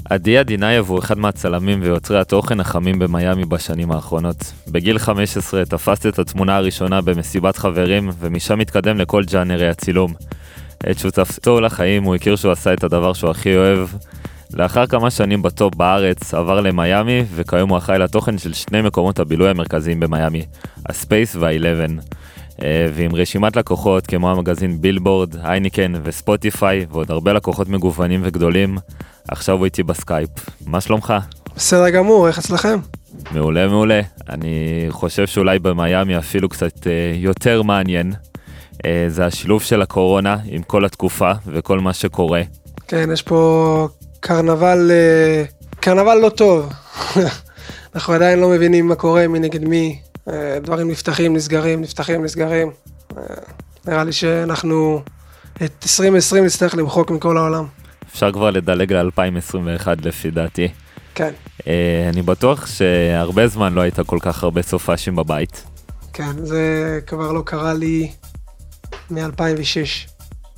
עדי אדינייב הוא אחד מהצלמים ויוצרי התוכן החמים במיימי בשנים האחרונות. בגיל 15 תפס את התמונה הראשונה במסיבת חברים, ומשם התקדם לכל ג'אנרי הצילום. את שותפתו לחיים הוא הכיר שהוא עשה את הדבר שהוא הכי אוהב. לאחר כמה שנים בטופ בארץ עבר למיימי, וכיום הוא אחראי לתוכן של שני מקומות הבילוי המרכזיים במיימי, הספייס וה-11. ועם רשימת לקוחות כמו המגזין בילבורד, הייניקן וספוטיפיי, ועוד הרבה לקוחות מגוונים וגדולים, עכשיו הוא איתי בסקייפ. מה שלומך? בסדר גמור, איך אצלכם? מעולה, מעולה. אני חושב שאולי במיימי אפילו קצת יותר מעניין. זה השילוב של הקורונה עם כל התקופה וכל מה שקורה. כן, יש פה קרנבל לא טוב. אנחנו עדיין לא מבינים מה קורה, מי נגד מי. דברים נפתחים, נסגרים, נפתחים, נסגרים. נראה לי שאנחנו את 2020 נצטרך למחוק מכל העולם. אפשר כבר לדלג ל-2021 לפי דעתי. כן. אני בטוח שהרבה זמן לא היית כל כך הרבה סופשים בבית. כן, זה כבר לא קרה לי מ-2006.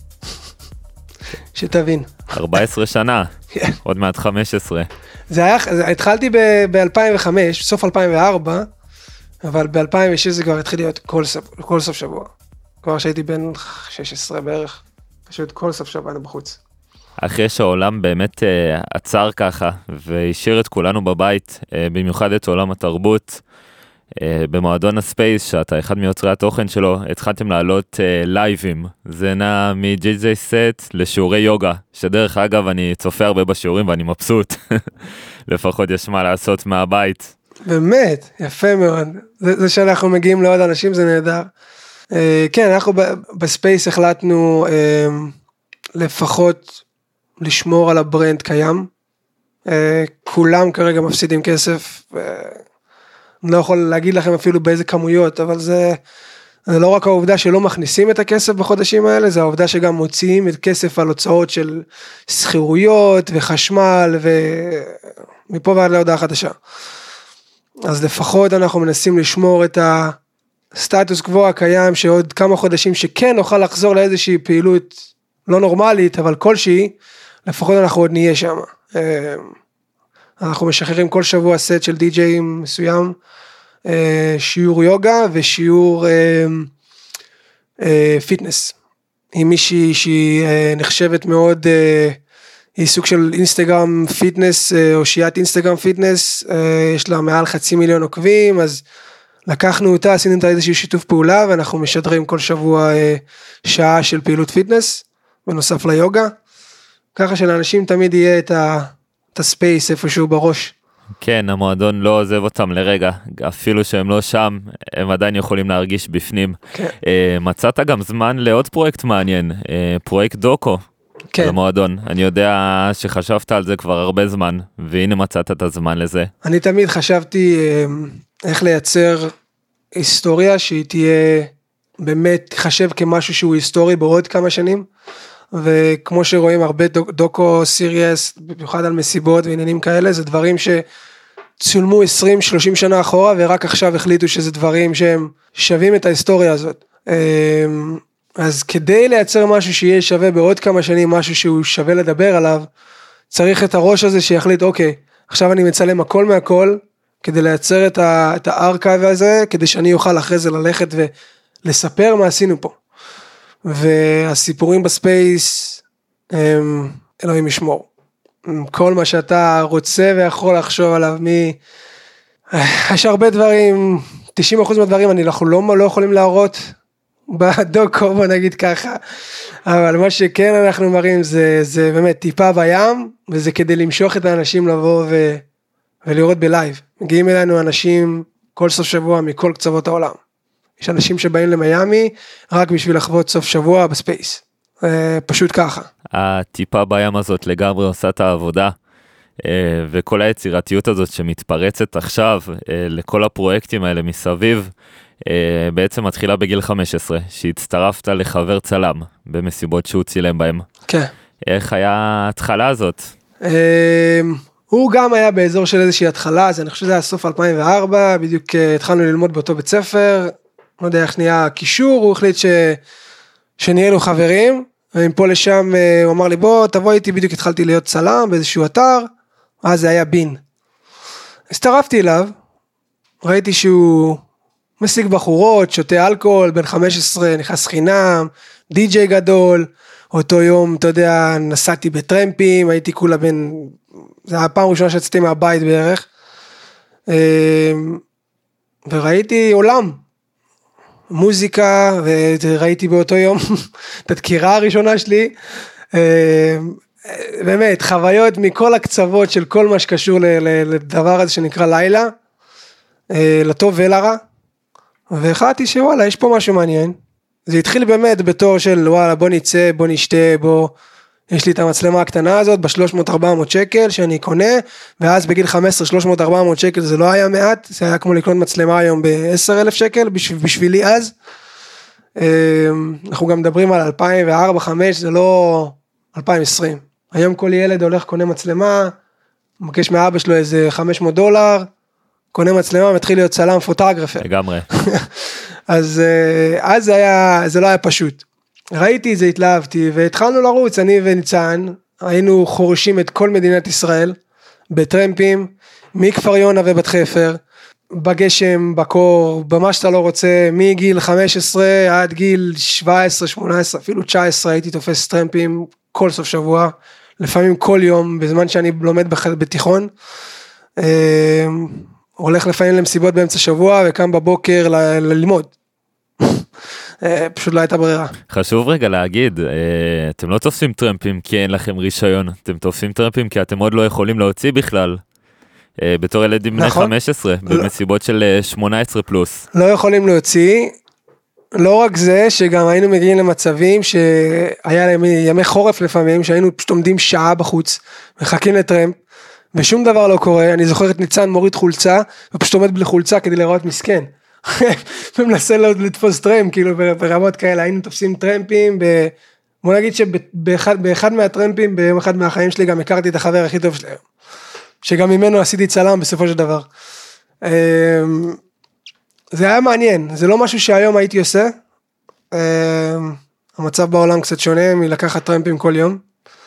שתבין. 14 שנה, עוד מעט 15. התחלתי ב-2005, סוף 2004, אבל ב-2006 זה כבר התחיל להיות כל סוף שבוע. כבר שהייתי בן 16 בערך, פשוט כל סוף שבוע אני בחוץ. אחרי שהעולם באמת עצר ככה, והשאיר את כולנו בבית, במיוחד את עולם התרבות, במועדון הספייס, שאתה אחד מיוצרי התוכן שלו, התחלתם לעלות לייבים. זה נע מג'י סט לשיעורי יוגה, שדרך אגב אני צופה הרבה בשיעורים ואני מבסוט. לפחות יש מה לעשות מהבית. באמת, יפה מאוד. זה שאנחנו מגיעים לעוד אנשים, זה נהדר. כן, אנחנו בספייס החלטנו לפחות לשמור על הברנד קיים. כולם כרגע מפסידים כסף, אני לא יכול להגיד לכם אפילו באיזה כמויות, אבל זה לא רק העובדה שלא מכניסים את הכסף בחודשים האלה, זה העובדה שגם מוציאים את כסף על הוצאות של שכירויות וחשמל, ומפה ועד להודעה חדשה. אז לפחות אנחנו מנסים לשמור את הסטטוס קוו הקיים, שעוד כמה חודשים שכן נוכל לחזור לאיזושהי פעילות לא נורמלית, אבל כלשהי, לפחות אנחנו עוד נהיה שם. אנחנו משחררים כל שבוע סט של די-ג'יים מסוים, שיעור יוגה ושיעור פיטנס. עם מישהי שהיא נחשבת מאוד, היא סוג של אינסטגרם פיטנס, או שיעת אינסטגרם פיטנס, יש לה מעל 500,000 עוקבים, אז לקחנו אותה, עשינו אותה איזושהי שיתוף פעולה, ואנחנו משדרים כל שבוע שעה של פעילות פיטנס, בנוסף ליוגה, ככה שלאנשים תמיד יהיה את הספייס איפשהו בראש. כן, המועדון לא עוזב אותם לרגע, אפילו שהם לא שם, הם עדיין יכולים להרגיש בפנים. כן. מצאת גם זמן לעוד פרויקט מעניין, פרויקט דוקו, כן. למועדון. אני יודע שחשבת על זה כבר הרבה זמן, והנה מצאת את הזמן לזה. אני תמיד חשבתי איך לייצר היסטוריה שהיא תהיה באמת תחשב כמשהו שהוא היסטורי בעוד כמה שנים, וכמו שרואים הרבה דוקו סיריאס, במיוחד על מסיבות ועניינים כאלה, זה דברים שצולמו 20-30 שנה אחורה, ורק עכשיו החליטו שזה דברים שהם שווים את ההיסטוריה הזאת. אז כדי לייצר משהו שיהיה שווה בעוד כמה שנים, משהו שהוא שווה לדבר עליו, צריך את הראש הזה שיחליט, אוקיי, עכשיו אני מצלם הכל מהכל, כדי לייצר את הארכייב הזה, כדי שאני אוכל אחרי זה ללכת ולספר מה עשינו פה. והסיפורים בספייס, אלוהים ישמור. כל מה שאתה רוצה ויכול לחשוב עליו, יש הרבה דברים, 90% מהדברים אנחנו לא יכולים להראות בדוקו, בוא נגיד ככה, אבל מה שכן אנחנו מראים זה באמת טיפה בים, וזה כדי למשוך את האנשים לבוא ולראות בלייב. מגיעים אלינו אנשים כל סוף שבוע מכל קצוות העולם. יש אנשים שבאים למיימי רק בשביל לחוות סוף שבוע בספייס. פשוט ככה. הטיפה בים הזאת לגמרי עושה את העבודה, וכל היצירתיות הזאת שמתפרצת עכשיו לכל הפרויקטים האלה מסביב, בעצם מתחילה בגיל 15, שהצטרפת לחבר צלם במסיבות שהוא צילם בהם. כן. איך היה ההתחלה הזאת? הוא גם היה באזור של איזושהי התחלה, אז אני חושב שזה היה סוף 2004, בדיוק התחלנו ללמוד באותו בית ספר, לא יודע איך נהיה הקישור, הוא החליט שנהיה לו חברים, ומפה לשם הוא אמר לי בוא תבוא איתי, בדיוק התחלתי להיות צלם באיזשהו אתר, אז זה היה בין. הסתרפתי אליו, ראיתי שהוא משיג בחורות, שותה אלכוהול, בן 15, נכנס חינם, די-ג'יי גדול, אותו יום, אתה יודע, נסעתי בטרמפים, הייתי כולה בין, זה היה הפעם ראשונה שיצאתי מהבית בערך, וראיתי עולם, מוזיקה, וראיתי באותו יום, את הדקירה הראשונה שלי, באמת, חוויות מכל הקצוות של כל מה שקשור לדבר הזה שנקרא לילה, לטוב ולרע, והחלטתי שוואלה, יש פה משהו מעניין, זה התחיל באמת בתור של וואלה, בוא נצא, בוא נשתה, בוא, יש לי את המצלמה הקטנה הזאת, ב-300-400 שקל שאני קונה, ואז בגיל 15, 300-400 שקל זה לא היה מעט, זה היה כמו לקנות מצלמה היום ב-10,000 שקל, בשבילי אז, אנחנו גם מדברים על 2004-2005, זה לא 2020, היום כל ילד הולך קונה מצלמה, מבקש מאבא שלו איזה $500, קונה מצלמה, מתחיל להיות צלם פוטוגרפר. לגמרי. אז זה לא היה פשוט. ראיתי את זה, התלהבתי, והתחלנו לרוץ, אני וניצן, היינו חורשים את כל מדינת ישראל, בטרמפים, מכפר יונה ובת חפר, בגשם, בקור, במה שאתה לא רוצה, מגיל 15 עד גיל 17, 18, אפילו 19, הייתי תופס טרמפים כל סוף שבוע, לפעמים כל יום, בזמן שאני לומד בתיכון, הולך לפעמים למסיבות באמצע שבוע, וקם בבוקר ללמוד. פשוט לא הייתה ברירה. חשוב רגע להגיד, אתם לא תופסים טרמפים כי אין לכם רישיון, אתם תופסים טרמפים כי אתם עוד לא יכולים להוציא בכלל, בתור ילדים בני 15, במסיבות של 18 פלוס. לא יכולים להוציא, לא רק זה, שגם היינו מגיעים למצבים שהיה ימי חורף לפעמים, שהיינו פשוט עומדים שעה בחוץ, מחכים לטרמפ, ושום דבר לא קורה. אני זוכר את ניצן מוריד חולצה, ופשוט עומד בלי חולצה כדי לראות מסכן. ומנסה לתפוס טרמפ, כאילו ברמות כאלה, היינו תופסים טרמפים, בוא נגיד שבאחד מהטרמפים, ביום אחד מהחיים שלי, גם הכרתי את החבר הכי טוב שלי, שגם ממנו עשיתי צלם בסופו של דבר. זה היה מעניין, זה לא משהו שהיום הייתי עושה, המצב בעולם קצת שונה מלקחת טרמפים כל יום,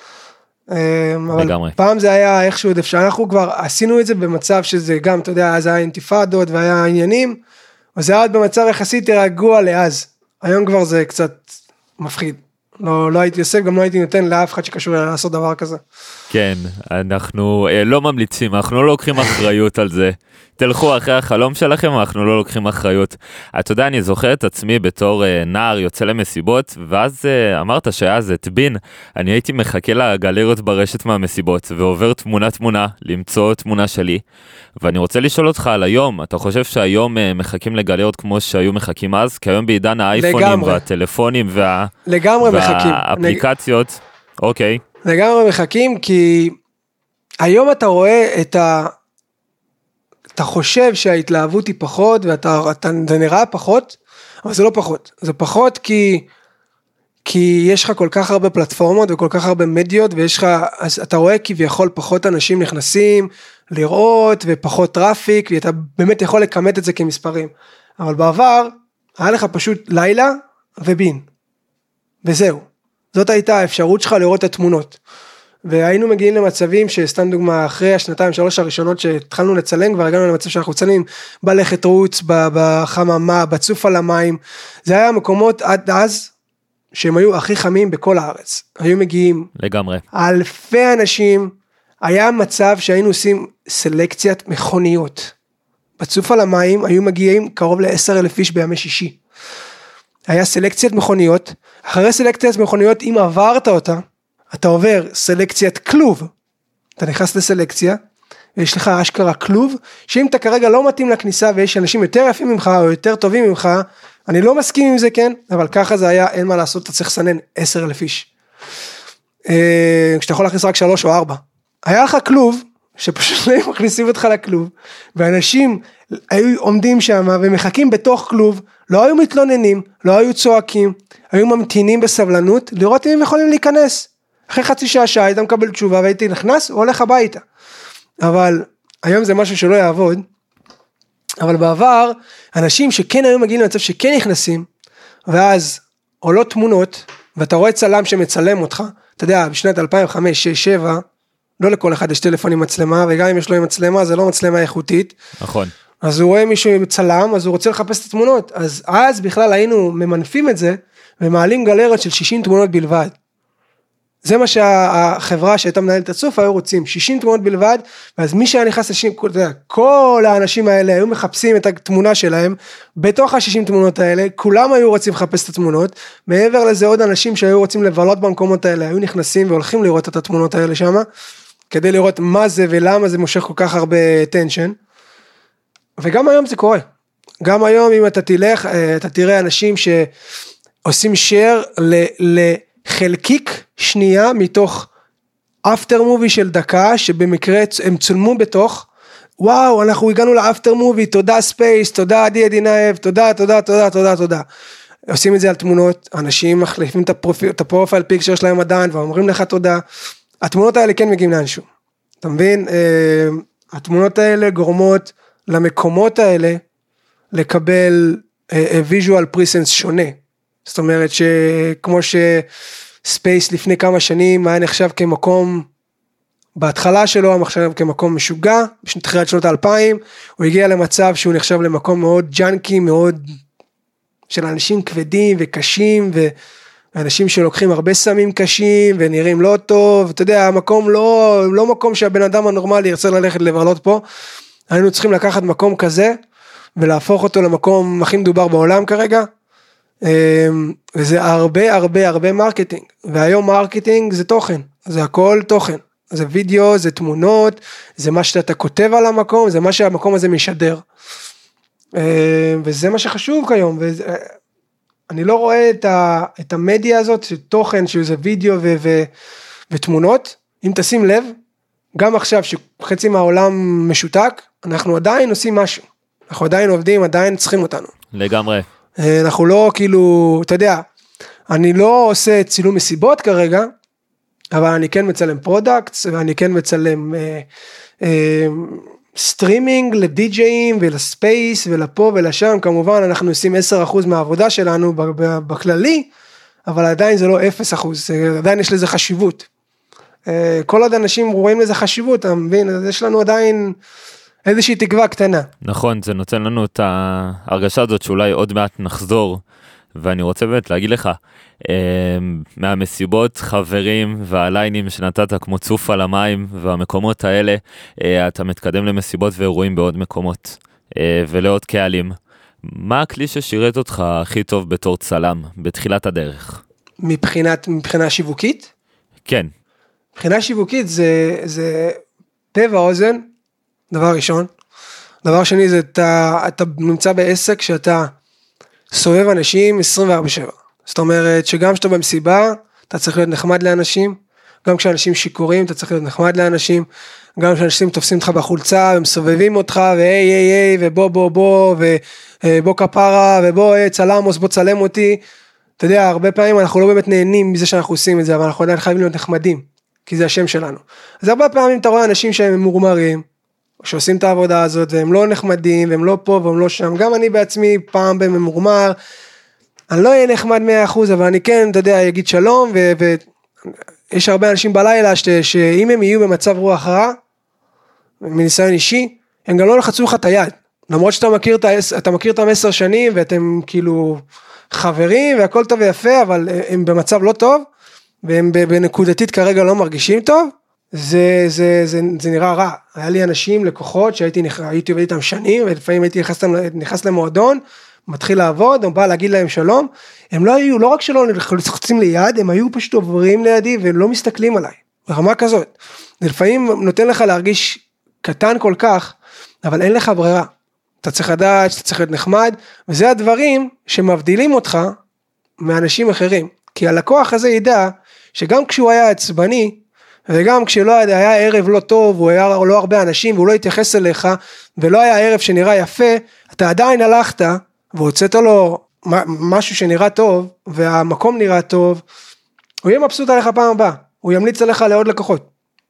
אבל פעם זה היה איכשהו עוד אפשר, אנחנו כבר עשינו את זה במצב שזה גם, אתה יודע, אז היה אינתיפאדות והיה עניינים, וזה היה עוד במצב יחסית רגוע לאז, היום כבר זה קצת מפחיד, לא הייתי עושה, גם לא הייתי נותן לאף אחד שקשור לעשות דבר כזה. כן, אנחנו לא ממליצים, אנחנו לא לוקחים אחריות על זה, תלכו אחרי החלום שלכם, אנחנו לא לוקחים אחריות. אתה יודע, אני זוכר את עצמי בתור נער יוצא למסיבות, ואז אמרת שאז את בין, אני הייתי מחכה לגלריות ברשת מהמסיבות, ועובר תמונה, למצוא תמונה שלי, ואני רוצה לשאול אותך על היום, אתה חושב שהיום מחכים לגלריות כמו שהיו מחכים אז? כי היום בעידן האייפונים והטלפונים והאפליקציות, אוקיי. לגמרי מחכים, כי היום אתה רואה אתה חושב שההתלהבות היא פחות, זה נראה פחות, אבל זה לא פחות. זה פחות כי יש לך כל כך הרבה פלטפורמות, וכל כך הרבה מדיות, אז אתה רואה כביכול פחות אנשים נכנסים, לראות, ופחות טראפיק, ואתה באמת יכול לקמת את זה כמספרים. אבל בעבר, היה לך פשוט לילה ובין. וזהו. זאת הייתה האפשרות שלך לראות את התמונות. והיינו מגיעים למצבים שסתם דוגמה, אחרי 2-3 הראשונות שהתחלנו לצלם, כבר הגענו למצב שאנחנו צלמים בלכת רוץ, בחממה, בצוף על המים. זה היה מקומות עד אז, שהם היו הכי חמים בכל הארץ. היו מגיעים לגמרי. אלפי אנשים, היה מצב שהיינו עושים סלקציית מכוניות. בצוף על המים היו מגיעים קרוב ל10,000 איש בימי שישי. היה סלקציית מכוניות, אחרי סלקציית מכוניות, אם עברת אותה, אתה עובר סלקציית כלוב, אתה נכנס לסלקציה, ויש לך אשכרה כלוב, שאם אתה כרגע לא מתאים לכניסה, ויש אנשים יותר יפים ממך, או יותר טובים ממך, אני לא מסכים עם זה, כן, אבל ככה זה היה, אין מה לעשות, אתה צריך לסנן 10,000 איש, כשאתה יכול להכניס רק 3 או 4, היה לך כלוב, שפשוט לא מכניסים אותך לכלוב, ואנשים היו עומדים שם, ומחכים בתוך כלוב, לא היו מתלוננים, לא היו צועקים, היו ממתינים בסבלנות, לראות אם הם יכולים להיכנס, אחרי חצי שעה היית מקבל תשובה, והייתי נכנס, או הולך הביתה, אבל היום זה משהו שלא יעבוד, אבל בעבר, אנשים שכן היו מגיעים למצב שכן נכנסים, ואז עולות תמונות, ואתה רואה צלם שמצלם אותך, אתה יודע, בשנת 2005, 2006, 2007, לא לכל אחד יש טלפון עם מצלמה, וגם אם יש לו עם מצלמה, זה לא מצלמה איכותית. נכון. אז הוא רואה מישהו עם צלם, אז הוא רוצה לחפש את התמונות, אז בכלל היינו ממנפים את זה, ומעלים גלריות של 60 תמונות בלבד. זה מה שהחברה שהייתה מנהלת הצוף, היו רוצים, 60 תמונות בלבד, ואז מי שהיה נכנס ל-60, כל האנשים האלה היו מחפשים את התמונה שלהם, בתוך ה-60 תמונות האלה, כולם היו רוצים לחפש את התמונות, מעבר לזה עוד אנשים שהיו רוצים לבלות במקומות האלה, היו נכנסים והולכים לראות את התמונות האלה שם, כדי לראות מה זה ולמה זה מושך כל כך הרבה טנשן, וגם היום זה קורה, גם היום אם אתה תלך, אתה תראה אנשים שעושים share לחלקיק שנייה מתוך אפטר מובי של דקה, שבמקרה הם צולמו בתוך, וואו, אנחנו הגענו לאפטר מובי, תודה ספייס, תודה עדי עדינאייב, תודה, תודה, תודה, תודה, תודה. עושים את זה על תמונות, אנשים מחליפים את הפרופיל פיקצ'ר שלהם עדיין, ואומרים לך תודה, התמונות האלה כן מגיעים לאנשהו, אתה מבין? התמונות האלה גורמות למקומות האלה, לקבל visual presence שונה, זאת אומרת שכמו שספייס לפני כמה שנים היה נחשב כמקום, בהתחלה שלו הוא נחשב כמקום משוגע, בתחילת שנות ה-2000, הוא הגיע למצב שהוא נחשב למקום מאוד ג'אנקי, מאוד של אנשים כבדים וקשים, ואנשים שלוקחים הרבה סמים קשים, ונראים לא טוב, אתה יודע, המקום לא מקום שהבן אדם הנורמלי ירצה ללכת לבלות פה, היינו צריכים לקחת מקום כזה, ולהפוך אותו למקום הכי מדובר בעולם כרגע, וזה הרבה הרבה הרבה מרקטינג, והיום מרקטינג זה תוכן, זה הכל תוכן, זה וידאו, זה תמונות, זה מה שאתה כותב על המקום, זה מה שהמקום הזה משדר, וזה מה שחשוב כיום, ואני לא רואה את המדיה הזאת, תוכן שזה וידאו ותמונות, אם תשים לב, גם עכשיו שחצי מהעולם משותק, אנחנו עדיין עושים משהו, אנחנו עדיין עובדים, עדיין צריכים אותנו. לגמרי. אנחנו לא כאילו, אתה יודע, אני לא עושה צילום מסיבות כרגע, אבל אני כן מצלם פרודקטס, ואני כן מצלם סטרימינג לדי-ג'אים ולספייס ולפה ולשם, כמובן אנחנו עושים 10% מהעבודה שלנו בכללי, אבל עדיין זה לא 0%, עדיין יש לזה חשיבות. כל עוד אנשים רואים לזה חשיבות, אתה מבין, אז יש לנו עדיין איזושהי תקווה קטנה. נכון, זה נותן לנו את ההרגשה הזאת שאולי עוד מעט נחזור, ואני רוצה באמת להגיד לך, מהמסיבות, חברים והליינים שנתת כמו צוף על המים והמקומות האלה, אתה מתקדם למסיבות ואירועים בעוד מקומות, ולעוד קהלים. מה הכלי ששירת אותך הכי טוב בתור צלם, בתחילת הדרך? מבחינה שיווקית? כן. מבחינה שיווקית זה פה ואוזן, דבר ראשון. דבר שני זה אתה נמצא בעסק שאתה סובב אנשים 24/7. זאת אומרת שגם שאתה במסיבה, אתה צריך להיות נחמד לאנשים, גם כשאנשים שיכורים, אתה צריך להיות נחמד לאנשים, גם כשאנשים תופסים אותך בחולצה, ומסובבים אותך, והי, היי, היי, ובוא כפרה, ובוא צלמוס, בוא צלם אותי. אתה יודע, הרבה פעמים אנחנו לא באמת נהנים מזה שאנחנו עושים את זה, אבל אנחנו עדיין חייבים להיות נחמדים, כי זה השם שלנו. אז הרבה פעמים אתה רואה אנשים שהם מורמרים, שעושים את העבודה הזאת, והם לא נחמדים, והם לא פה, והם לא שם. גם אני בעצמי פעם במורמר, אני לא אהיה נחמד 100%, אבל אני כן, אתה יודע, אגיד שלום, ויש הרבה אנשים בלילה, שאם הם יהיו במצב רוח רע, מניסיון אישי, הם גם לא לחצו לך את היד. למרות שאתה מכיר אותם 10 שנים, ואתם כאילו חברים, והכל טוב ויפה, אבל הם במצב לא טוב, והם בנקודתית כרגע לא מרגישים טוב, זה נראה רע. היה לי אנשים, לקוחות, שהייתי עובד איתם שנים, ולפעמים הייתי נכנס למועדון, מתחיל לעבוד, הוא בא להגיד להם שלום, הם לא היו, לא רק שלא לחצים ליד, הם היו פשוט עוברים לידי, ולא מסתכלים עליי, ברמה כזאת. זה לפעמים נותן לך להרגיש קטן כל כך, אבל אין לך ברירה. אתה צריך לדעת, שאתה צריך להיות נחמד, וזה הדברים שמבדילים אותך מאנשים אחרים. כי הלקוח הזה ידע, שגם כשהוא היה עצבני, וגם כשלא היה ערב לא טוב, הוא היה לא הרבה אנשים, והוא לא התייחס אליך, ולא היה ערב שנראה יפה, אתה עדיין הלכת, והוצאת לו משהו שנראה טוב, והמקום נראה טוב, הוא יהיה מבסוט עליך פעם הבאה, הוא ימליץ עליך לעוד לקוחות.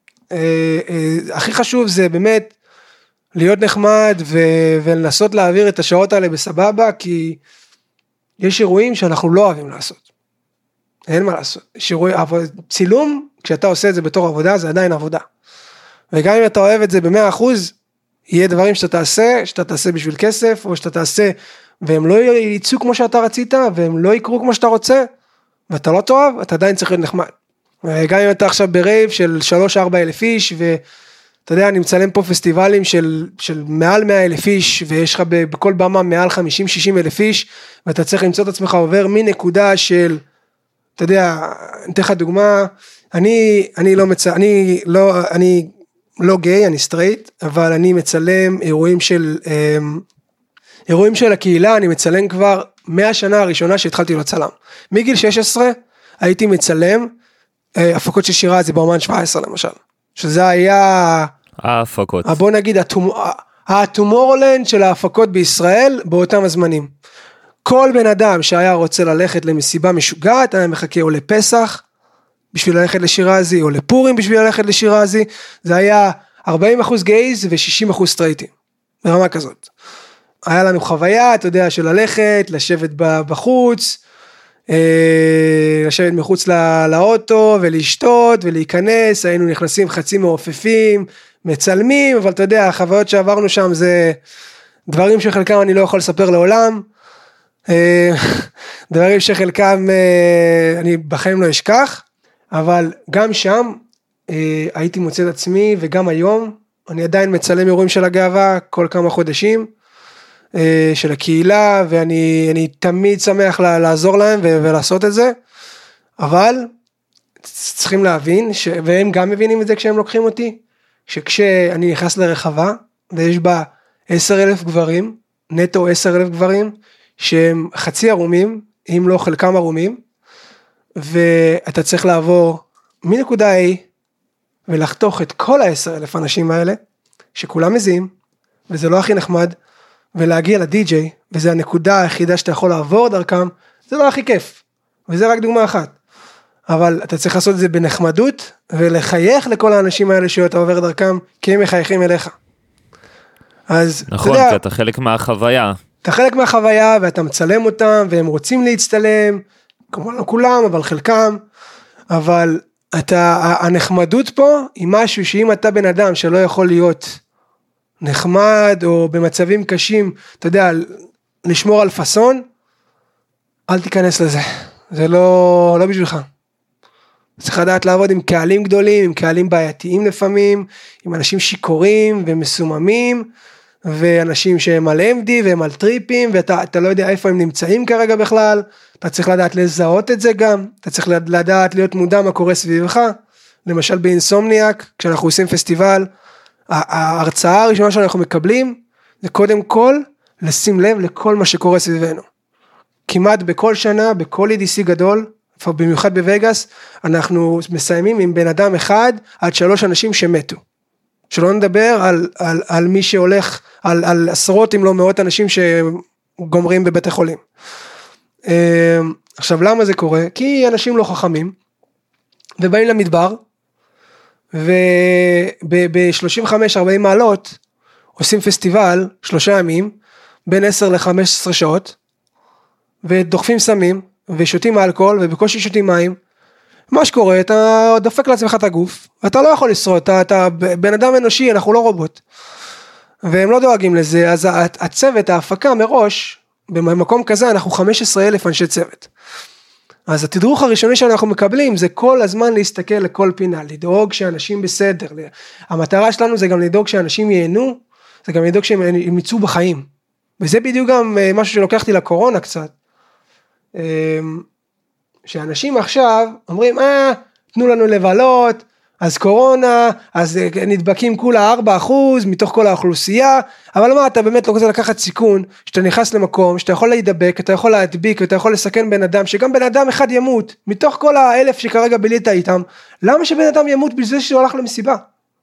הכי חשוב זה באמת, להיות נחמד, ולנסות להעביר את השעות האלה בסבבה, כי יש אירועים שאנחנו לא אוהבים לעשות. אין מה לעשות. צילום, כשאתה עושה את זה בתור עבודה, זה עדיין עבודה. וגם אם אתה אוהב את זה ב100%, יהיה דברים שאתה תעשה בשביל כסף, או שאתה תעשה, והם לא ייצאו כמו שאתה רצית, והם לא יקרו כמו שאתה רוצה, ואתה לא תאהב, אתה עדיין צריך להיות נחמד. וגם אם אתה עכשיו ברייב של 3-4 אלף איש, ואתה יודע, אני מצלם פה פסטיבלים של מעל 100 אלף איש, ויש לך בכל במה מעל 50-60 אלף איש, ואתה צריך למצוא את עצמך עובר מנקודה של, אתה יודע, אני אתן לך דוגמה, אני לא גיי, אני סטרייט, אבל אני מצלם אירועים של הקהילה, אני מצלם כבר מהשנה הראשונה שהתחלתי לצלם. מגיל 16 הייתי מצלם הפקות של שירה, זה באומן 17 למשל, שזה היה ההפקות. בוא נגיד הטומורלנד של ההפקות בישראל באותם הזמנים. כל בן אדם שהיה רוצה ללכת למסיבה משוגעת, היה מחכה או לפסח, בשביל ללכת לשירזי, או לפורים בשביל ללכת לשירזי, זה היה 40% גייז ו60% סטרייטים, ברמה כזאת. היה לנו חוויה, אתה יודע, של ללכת, לשבת בחוץ, לשבת מחוץ לאוטו, ולשתות, ולהיכנס, היינו נכנסים חצי מעופפים, מצלמים, אבל אתה יודע, החוויות שעברנו שם, זה דברים שחלקם אני לא יכול לספר לעולם, דברים שחלקם אני בחיים לא אשכח, אבל גם שם הייתי מוצא את עצמי, וגם היום אני עדיין מצלם אירועים של הגאווה כל כמה חודשים, של הקהילה, ואני תמיד שמח לעזור להם ולעשות את זה, אבל צריכים להבין, והם גם מבינים את זה כשהם לוקחים אותי, שכשאני נכנס לרחבה, ויש בה 10,000 גברים, נטו 10,000 גברים, שהם חצי ערומים, אם לא חלקם ערומים, ואתה צריך לעבור מנקודה A, ולחתוך את כל 10,000 אנשים האלה, שכולם מזיעים, וזה לא הכי נחמד, ולהגיע לדי-ג'יי, וזה הנקודה היחידה שאתה יכול לעבור דרכם, זה לא הכי כיף, וזה רק דוגמה אחת, אבל אתה צריך לעשות את זה בנחמדות, ולחייך לכל האנשים האלה שאתה עובר דרכם, כי הם מחייכים אליך. אז נכון, כי אתה חלק מהחוויה. אתה חלק מהחוויה, ואתה מצלם אותם, והם רוצים להצטלם, כמובן לא כולם, אבל חלקם, אבל הנחמדות פה, היא משהו שאם אתה בן אדם שלא יכול להיות נחמד, או במצבים קשים, אתה יודע, לשמור על פסון, אל תיכנס לזה, זה לא בשבילך. צריך לדעת לעבוד עם קהלים גדולים, עם קהלים בעייתיים לפעמים, עם אנשים שיכורים ומסוממים, ואנשים שהם על MD והם על טריפים, ואתה לא יודע איפה הם נמצאים כרגע בכלל, אתה צריך לדעת לזהות את זה גם, אתה צריך לדעת להיות מודע מה קורה סביבך, למשל באינסומניאק, כשאנחנו עושים פסטיבל, ההרצאה הראשונה שאנחנו מקבלים, זה קודם כל לשים לב לכל מה שקורה סביבנו. כמעט בכל שנה, בכל EDC גדול, במיוחד בווגאס, אנחנו מסיימים עם בן אדם אחד, עד 3 אנשים שמתו. שלא נדבר על מי שהולך, על עשרות אם לא מאות אנשים שגומרים בבית החולים. עכשיו למה זה קורה? כי אנשים לא חכמים, ובאים למדבר, וב-35-40 מעלות, עושים פסטיבל, 3 ימים, בין 10 ל-15 שעות, ודוחפים סמים, ושותים אלכוהול, ובקושי שותים מים, מה שקורה, אתה דופק לעצמך את הגוף, ואתה לא יכול לשרוד, אתה בן אדם אנושי, אנחנו לא רובוט, והם לא דואגים לזה, אז הצוות, ההפקה מראש, במקום כזה, אנחנו 15,000 אנשי צוות, אז התדרוך הראשוני שאנחנו מקבלים, זה כל הזמן להסתכל לכל פינה, לדאוג שאנשים בסדר, המטרה שלנו זה גם לדאוג שאנשים ייהנו, זה גם לדאוג שהם ימצאו בחיים, וזה בדיוק גם משהו שלוקחתי לקורונה קצת, שאנשים עכשיו אומרים, תנו לנו לבלות, אז קורונה, אז נדבקים כולה 4% מתוך כל האוכלוסייה, אבל מה, אתה באמת לא רוצה לקחת סיכון, שאתה נכנס למקום, שאתה יכול להידבק, אתה יכול להדביק, אתה יכול לסכן בן אדם, שגם בן אדם אחד ימות, מתוך כל 1,000 שכרגע בילית איתם, למה שבן אדם ימות בזה שהוא הלך למסיבה?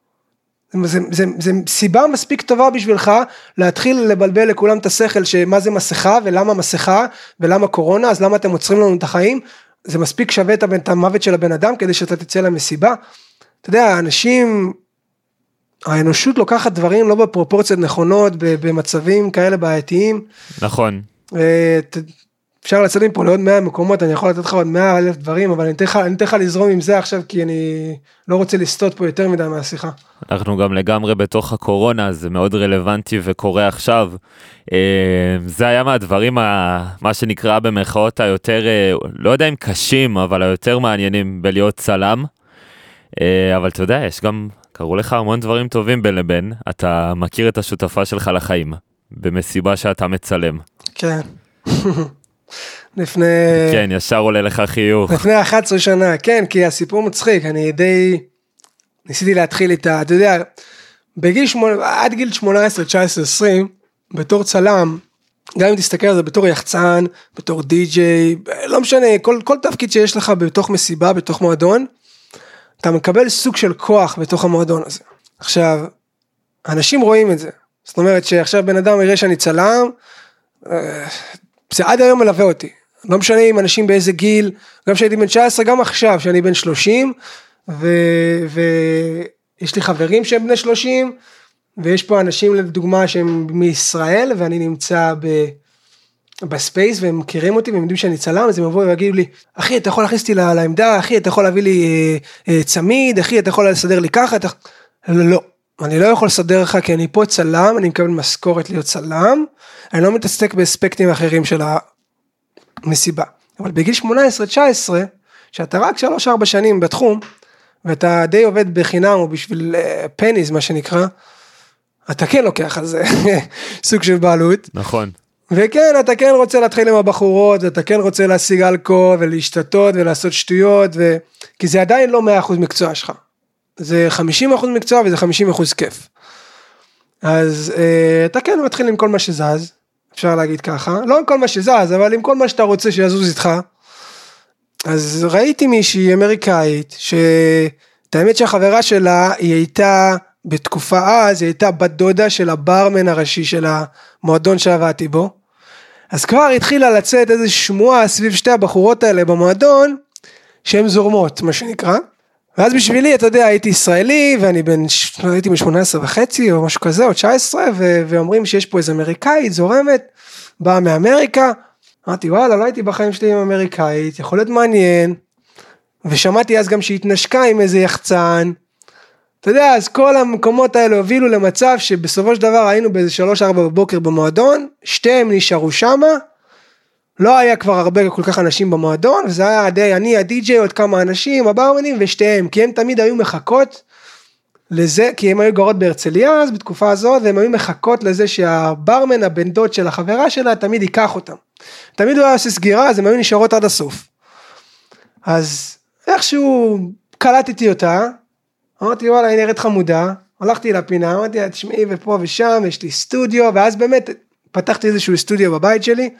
זה סיבה מספיק טובה בשבילך, להתחיל לבלבל לכולם את השכל, שמה זה מסכה, ולמה מסכה, ולמה קורונה, אז למה אתם עוצרים לנו את החיים, זה מספיק שווה את המוות של הבן אדם, כדי שאתה תצא למסיבה. אתה יודע, האנשים, האנושות לוקחת דברים לא בפרופורציות נכונות, במצבים כאלה בעייתיים. נכון. אפשר לצאת מפה לעוד 100 מקומות, אני יכול לתת לך עוד 100,000 דברים, אבל אני אתן לך לזרום עם זה עכשיו, כי אני לא רוצה לסטות פה יותר מדי מהשיחה. אנחנו גם לגמרי בתוך הקורונה, זה מאוד רלוונטי וקורה עכשיו. זה היה מהדברים, מה שנקרא במרכאות היותר, לא יודע אם קשים, אבל היותר מעניינים בלהיות צלם. אבל אתה יודע, יש גם, קראו לך המון דברים טובים בין לבין, אתה מכיר את השותפה שלך לחיים, במסיבה שאתה מצלם. כן. לפני... כן, ישר עולה לך חיוך. לפני 11 שנה, כן, כי הסיפור מצחיק, אני די... ניסיתי להתחיל איתה, אתה יודע, עד גיל 18, 19, 20, בתור צלם, גם אם תסתכל על זה בתור יחצן, בתור די-ג'יי, לא משנה, כל תפקיד שיש לך בתוך מסיבה, בתוך מועדון, אתה מקבל סוג של כוח בתוך המועדון הזה. עכשיו, אנשים רואים את זה. זאת אומרת שעכשיו בן אדם יראה שאני צלם, זה עד היום מלווה אותי. לא משנה אם אנשים באיזה גיל, גם כשהייתי בן 19, גם עכשיו, שאני בן 30, ויש לי חברים שהם בני 30, ויש פה אנשים לדוגמה שהם מישראל, ואני נמצא בספייס, והם מכירים אותי, והם יודעים שאני צלם, אז הם יבואו ויגידו לי, אחי, אתה יכול להכניס אותי לעמדה, אחי, אתה יכול להביא לי צמיד, אחי, אתה יכול לסדר לי ככה, לא, אני לא יכול לסדר לך, כי אני פה צלם, אני מקבל משכורת להיות צלם, אני לא מתעסק באספקטים אחרים של המסיבה. אבל בגיל 18-19, שאתה רק 3-4 שנים בתחום, ואתה די עובד בחינם, או בשביל פניז, מה שנקרא, אתה כן לוקח על זה סוג של בעלות. נכון. וכן, אתה כן רוצה להתחיל עם הבחורות, אתה כן רוצה להשיג אלכוהול, ולהשתתות, ולעשות שטויות, כי זה עדיין לא 100% מקצוע שלך. זה 50% מקצוע, וזה 50% כיף. אז אתה כן מתחיל עם כל מה שזז, אפשר להגיד ככה, לא עם כל מה שזז, אבל עם כל מה שאתה רוצה שיזוז איתך. אז ראיתי מישהי אמריקאית, האמת שהחברה שלה, היא הייתה, בתקופה אז, היא הייתה בת דודה של הברמן הראשי של המועדון שעבדתי בו, אז כבר התחילה לצאת איזו שמועה סביב שתי הבחורות האלה במועדון, שהן זורמות, מה שנקרא, ואז בשבילי, אתה יודע, הייתי ישראלי, ואני הייתי בן 18 וחצי, או משהו כזה, או 19, ואומרים שיש פה איזו אמריקאית, זורמת, באה מאמריקה, אמרתי, וואלה, לא הייתי בחיים שלי עם אמריקאית, יכול להיות מעניין, ושמעתי אז גם שהתנשקה עם איזה יחצן, אתה יודע, אז כל המקומות האלה הובילו למצב, שבסופו של דבר היינו באיזה 3-4 בבוקר במועדון, שתיהם נשארו שמה, לא היה כבר הרבה כל כך אנשים במועדון, וזה היה די אני, הדי-ג'יי, עוד כמה אנשים, הברמנים ושתיהם, כי הם תמיד היו מחכות לזה, כי הם היו גרות בהרצליה אז בתקופה הזאת, והם היו מחכות לזה שהברמן, הבן דוד של החברה שלה, תמיד ייקח אותם. תמיד הוא היה עושה סגירה, אז הם היו נשארות עד הסוף. אז איכשהו קלטתי אותה, אמרתי וואלה, היא נראית חמודה, הלכתי לפינה, אמרתי תשמעי ופה ושם, יש לי סטודיו, ואז באמת פתחתי איזשהו סטודיו בבית שלי,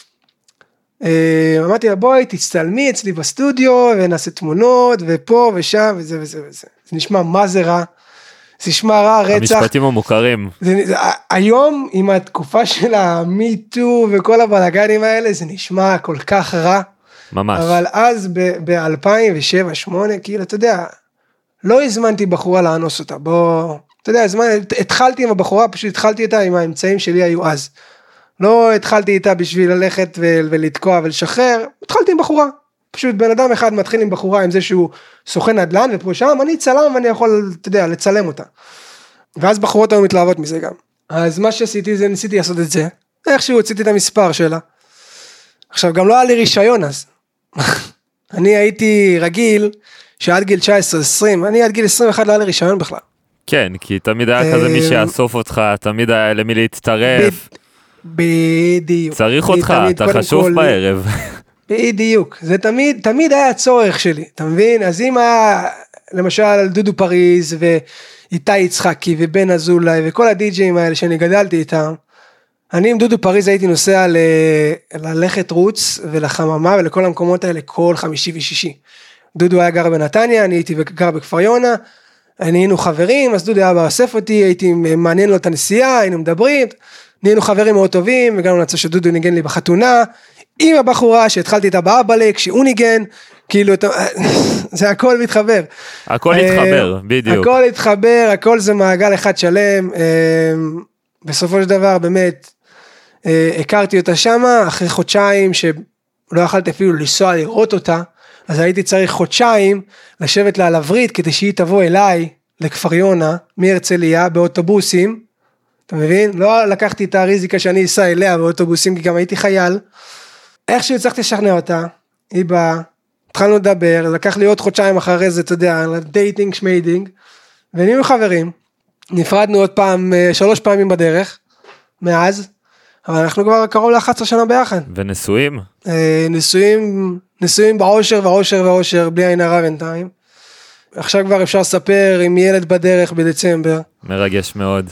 אמרתי לה בואי תצטלמי אצלי בסטודיו, ונעשה תמונות, ופה ושם, וזה וזה וזה. זה נשמע מה זה רע, זה נשמע רע רצח. המשפטים המוכרים. היום עם התקופה של המיטו וכל הבלגנים האלה, זה נשמע כל כך רע. ממש. אבל אז ב-2007-2008, כאילו אתה יודע, לא הזמנתי בחורה לאנוס אותה, בוא, אתה יודע, התחלתי עם הבחורה, פשוט התחלתי איתה עם האמצעים שלי היו אז. לא התחלתי איתה בשביל ללכת ולתקוע ולשחרר, התחלתי עם בחורה. פשוט בן אדם אחד מתחיל עם בחורה עם זה שהוא סוכן נדל"ן, ופה שם אני צלם ואני יכול, אתה יודע, לצלם אותה. ואז בחורות היו מתלהבות מזה גם. אז מה שעשיתי זה, ניסיתי לעשות את זה, איכשהו הוצאתי את המספר שלה. עכשיו גם לא היה לי רישיון אז. אני הייתי רגיל, שעד גיל 19-20, אני עד גיל 21 לא היה לי רישיון בכלל. כן, כי תמיד היה כזה מי שיאסוף אותך, תמיד היה למי להצטרף. בדיוק. צריך אותך, אתה חשוב בערב. בדיוק, זה תמיד היה הצורך שלי, אתה מבין? אז אם היה, למשל, דודו פריז, ואיתי יצחקי, ובן אזולאי, וכל הדי-ג'ים האלה שאני גדלתי איתם, אני עם דודו פריז הייתי נוסע ללכת רוץ, ולחממה, ולכל המקומות האלה, כל חמישי ושישי. דודו היה גר בנתניה, אני הייתי גר בכפר יונה, היינו חברים, אז דודו היה באסף אותי, הייתי מעניין לו את הנסיעה, היינו מדברים, נהיינו חברים מאוד טובים, הגענו לצע שדודו ניגן לי בחתונה, עם הבחורה שהתחלתי איתה באבלק, שהוא ניגן, כאילו, זה הכל מתחבר. הכל התחבר, בדיוק. הכל התחבר, הכל זה מעגל אחד שלם, בסופו של דבר באמת, הכרתי אותה שמה, אחרי חודשיים שלא יכלתי אפילו לנסוע לראות אותה, אז הייתי צריך חודשיים לשבת לה על הברית, כדי שהיא תבוא אליי לכפר יונה, מהרצליה, באוטובוסים, אתה מבין? לא לקחתי את הריזיקה שאני אסע אליה באוטובוסים, כי גם הייתי חייל, איכשהו הצלחתי לשכנע אותה, היא באה, התחלנו לדבר, לקח לי עוד חודשיים אחרי זה, אתה יודע, דייטינג, שמיידינג, ונהיינו חברים, נפרדנו עוד פעם, 3 פעמים בדרך, מאז, אבל אנחנו כבר קרוב ל-11 שנה ביחד. ונשואים? נשואים בעושר ועושר ועושר, בלי עין הרע בינתיים. עכשיו כבר אפשר לספר עם ילד בדרך בדצמבר. מרגש מאוד.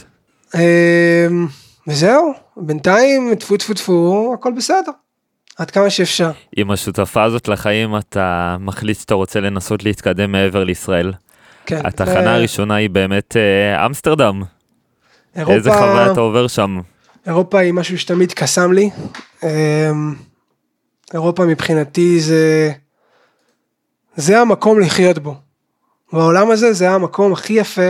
וזהו, בינתיים, טפו טפו טפו, הכל בסדר. עד כמה שאפשר. עם השותפה הזאת לחיים, אתה מחליט שאתה רוצה לנסות להתקדם מעבר לישראל. כן. התחנה הראשונה היא באמת אמסטרדם. איזה חוויה אתה עובר שם? אירופה היא משהו שתמיד קסם לי. אירופה מבחינתי זה המקום לחיות בו. בעולם הזה זה המקום הכי יפה,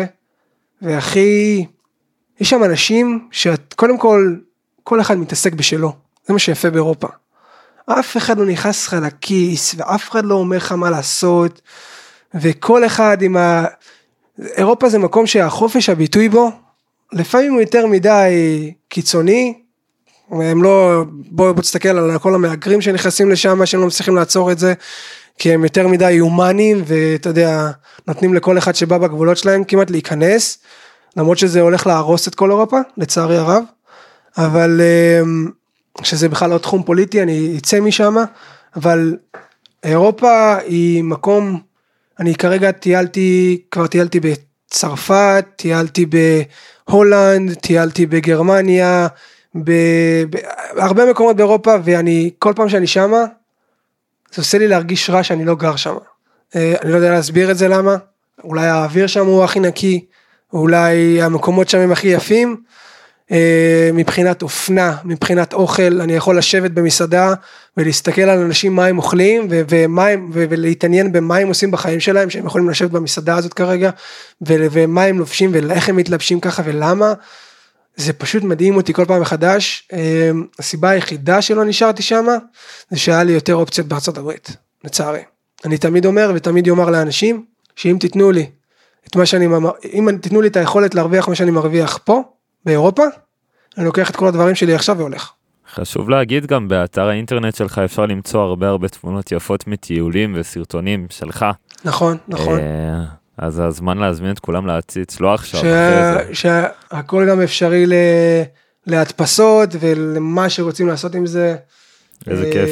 והכי, יש שם אנשים שקודם כל אחד מתעסק בשלו. זה מה שיפה באירופה. אף אחד לא נכנס לך לכיס, ואף אחד לא אומר לך מה לעשות, וכל אחד אירופה זה מקום שהחופש הביטוי בו, לפעמים הוא יותר מדי קיצוני, הם לא, בוא תסתכל על כל המאגרים שנכנסים לשם, שהם לא מצליחים לעצור את זה, כי הם יותר מדי הומנים, ואתה יודע, נותנים לכל אחד שבא בגבולות שלהם כמעט להיכנס, למרות שזה הולך להרוס את כל אירופה, לצערי הרב, אבל שזה בכלל לא תחום פוליטי, אני אצא משם, אבל אירופה היא מקום, אני כרגע כבר טיילתי בצרפת, טיילתי בהולנד, טיילתי בגרמניה, בהרבה מקומות באירופה, ואני, כל פעם שאני שמה, זה עושה לי להרגיש רע שאני לא גר שם. אני לא יודע להסביר את זה למה, אולי האוויר שם הוא הכי נקי, אולי המקומות שם הם הכי יפים, מבחינת אופנה, מבחינת אוכל, אני יכול לשבת במסעדה, ולהסתכל על אנשים מה הם אוכלים, ולהתעניין במה הם עושים בחיים שלהם, שהם יכולים לשבת במסעדה הזאת כרגע, ומה הם לובשים, ואיך הם מתלבשים ככה, ולמה, זה פשוט מדהים אותי כל פעם מחדש, הסיבה היחידה שלא נשארתי שם, זה שהיה לי יותר אופציות בארצות הברית, לצערי. אני תמיד אומר, ותמיד אומר לאנשים, שאם תיתנו לי, אם תיתנו לי את היכולת להרוויח מה שאני מרוויח פה, באירופה, אני לוקח את כל הדברים שלי עכשיו והולך. חשוב להגיד גם, באתר האינטרנט שלך אפשר למצוא הרבה תמונות יפות מטיולים וסרטונים שלך. נכון, נכון. אז הזמן להזמין את כולם להציץ, לא עכשיו. שהכל גם אפשרי להדפסות, ולמה שרוצים לעשות עם זה. איזה כיף.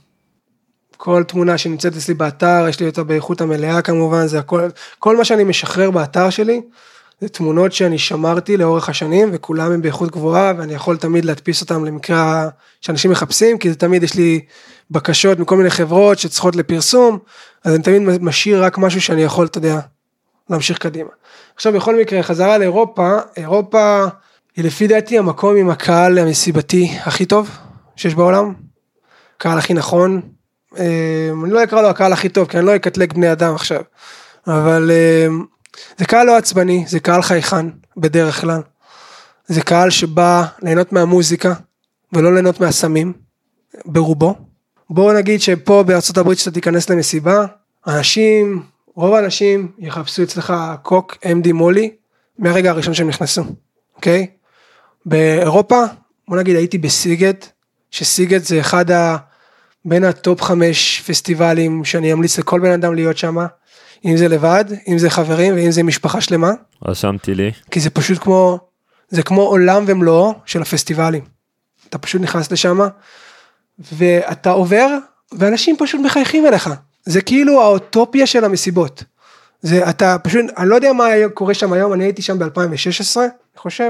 כל תמונה שנמצאת אצלי באתר, יש לי אותה באיכות המלאה כמובן, זה כל מה שאני משחרר באתר שלי, זה תמונות שאני שמרתי לאורך השנים, וכולם הם באיכות גבוהה, ואני יכול תמיד להדפיס אותם למקרה שאנשים מחפשים, כי זה תמיד יש לי בקשות מכל מיני חברות שצריכות לפרסום, אז אני תמיד משאיר רק משהו שאני יכול, אתה יודע, להמשיך קדימה. עכשיו בכל מקרה, חזרה לאירופה, אירופה היא לפי דעתי המקום עם הקהל המסיבתי הכי טוב שיש בעולם, הקהל הכי נכון, אני לא אקרא לו הקהל הכי טוב, כי אני לא אקטלג בני אדם עכשיו, אבל זה קהל לא עצבני, זה קהל חייכן בדרך כלל, זה קהל שבא ליהנות מהמוזיקה, ולא ליהנות מהסמים, ברובו. בואו נגיד שפה בארצות הברית שאתה תיכנס למסיבה, רוב האנשים יחפשו אצלך קוק, MD מולי, מהרגע הראשון שהם נכנסו, אוקיי? באירופה, בוא נגיד הייתי בסיגט, שסיגט זה אחד בין הטופ 5 פסטיבלים, שאני אמליץ לכל בן אדם להיות שם, אם זה לבד, אם זה חברים, ואם זה משפחה שלמה. רשמתי לי. כי זה פשוט כמו עולם ומלואו של הפסטיבלים. אתה פשוט נכנס לשם, ואתה עובר, ואנשים פשוט מחייכים אליך. זה כאילו האוטופיה של המסיבות. אתה פשוט, אני לא יודע מה קורה שם היום, אני הייתי שם ב-2016, אני חושב,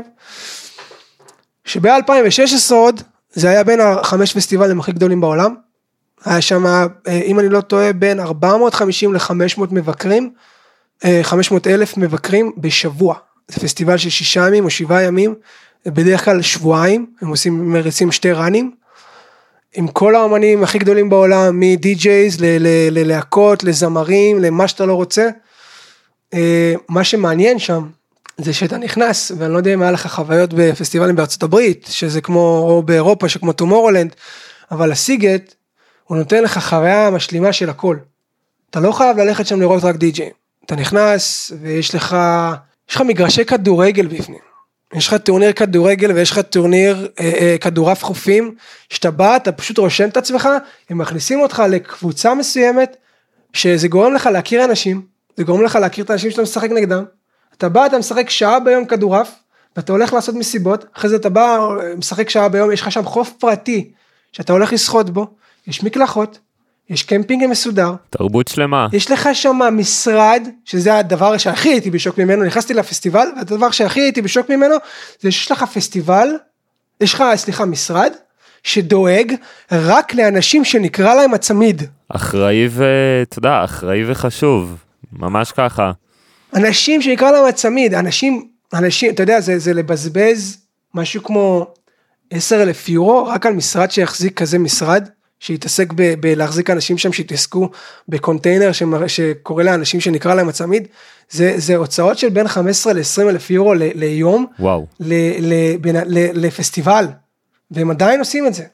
שב-2016 עוד, זה היה בין 5 פסטיבלים הכי גדולים בעולם, היה שם, אם אני לא טועה, בין 450 ל-500 מבקרים, 500,000 מבקרים בשבוע. זה פסטיבל של 6 ימים או 7 ימים, בדרך כלל שבועיים, הם מריצים 2 רנים, עם כל האמנים הכי גדולים בעולם, מדי-ג'ייז ללהקות, לזמרים, למה שאתה לא רוצה. מה שמעניין שם, זה שאתה נכנס, ואני לא יודע אם היה לך חוויות בפסטיבלים בארצות הברית, שזה כמו, או באירופה, שכמו טומורולנד, אבל הסיגט, הוא נותן לך חוויה משלימה של הכל. אתה לא חייב ללכת שם לראות רק די-ג'יי. אתה נכנס, ויש לך מגרשי כדורגל בפנים. יש לך טורניר כדורגל, ויש לך טורניר כדורף חופים, שאתה בא, אתה פשוט רושם את עצמך, הם מכניסים אותך לקבוצה מסוימת, שזה גורם לך להכיר אנשים, זה גורם לך להכיר את האנשים שאתה משחק נגדם, אתה בא, אתה משחק שעה ביום כדורף, ואתה הולך לעשות מסיבות, אחרי זה אתה בא, משחק שעה ביום, יש לך שם חוף פרטי, שאתה הולך לשחות בו, יש מקלחות, יש קמפינג מסודר. תרבות שלמה. יש לך שם משרד, שזה הדבר שהכי הייתי בשוק ממנו, נכנסתי לפסטיבל, והדבר שהכי הייתי בשוק ממנו, זה שיש לך פסטיבל, יש לך, סליחה, משרד, שדואג רק לאנשים שנקרא להם הצמיד. אחראי אחראי וחשוב, ממש ככה. אנשים שנקרא להם הצמיד, אנשים, אתה יודע, זה לבזבז משהו כמו 10,000 יורו, רק על משרד שיחזיק כזה משרד, שיתעסק בלהחזיק אנשים שם, שיתעסקו בקונטיינר שקורא לאנשים שנקרא להם הצמיד, זה הוצאות של בין 15 ל-20,000 יורו ליום, וואו. לפסטיבל, והם עדיין עושים את זה.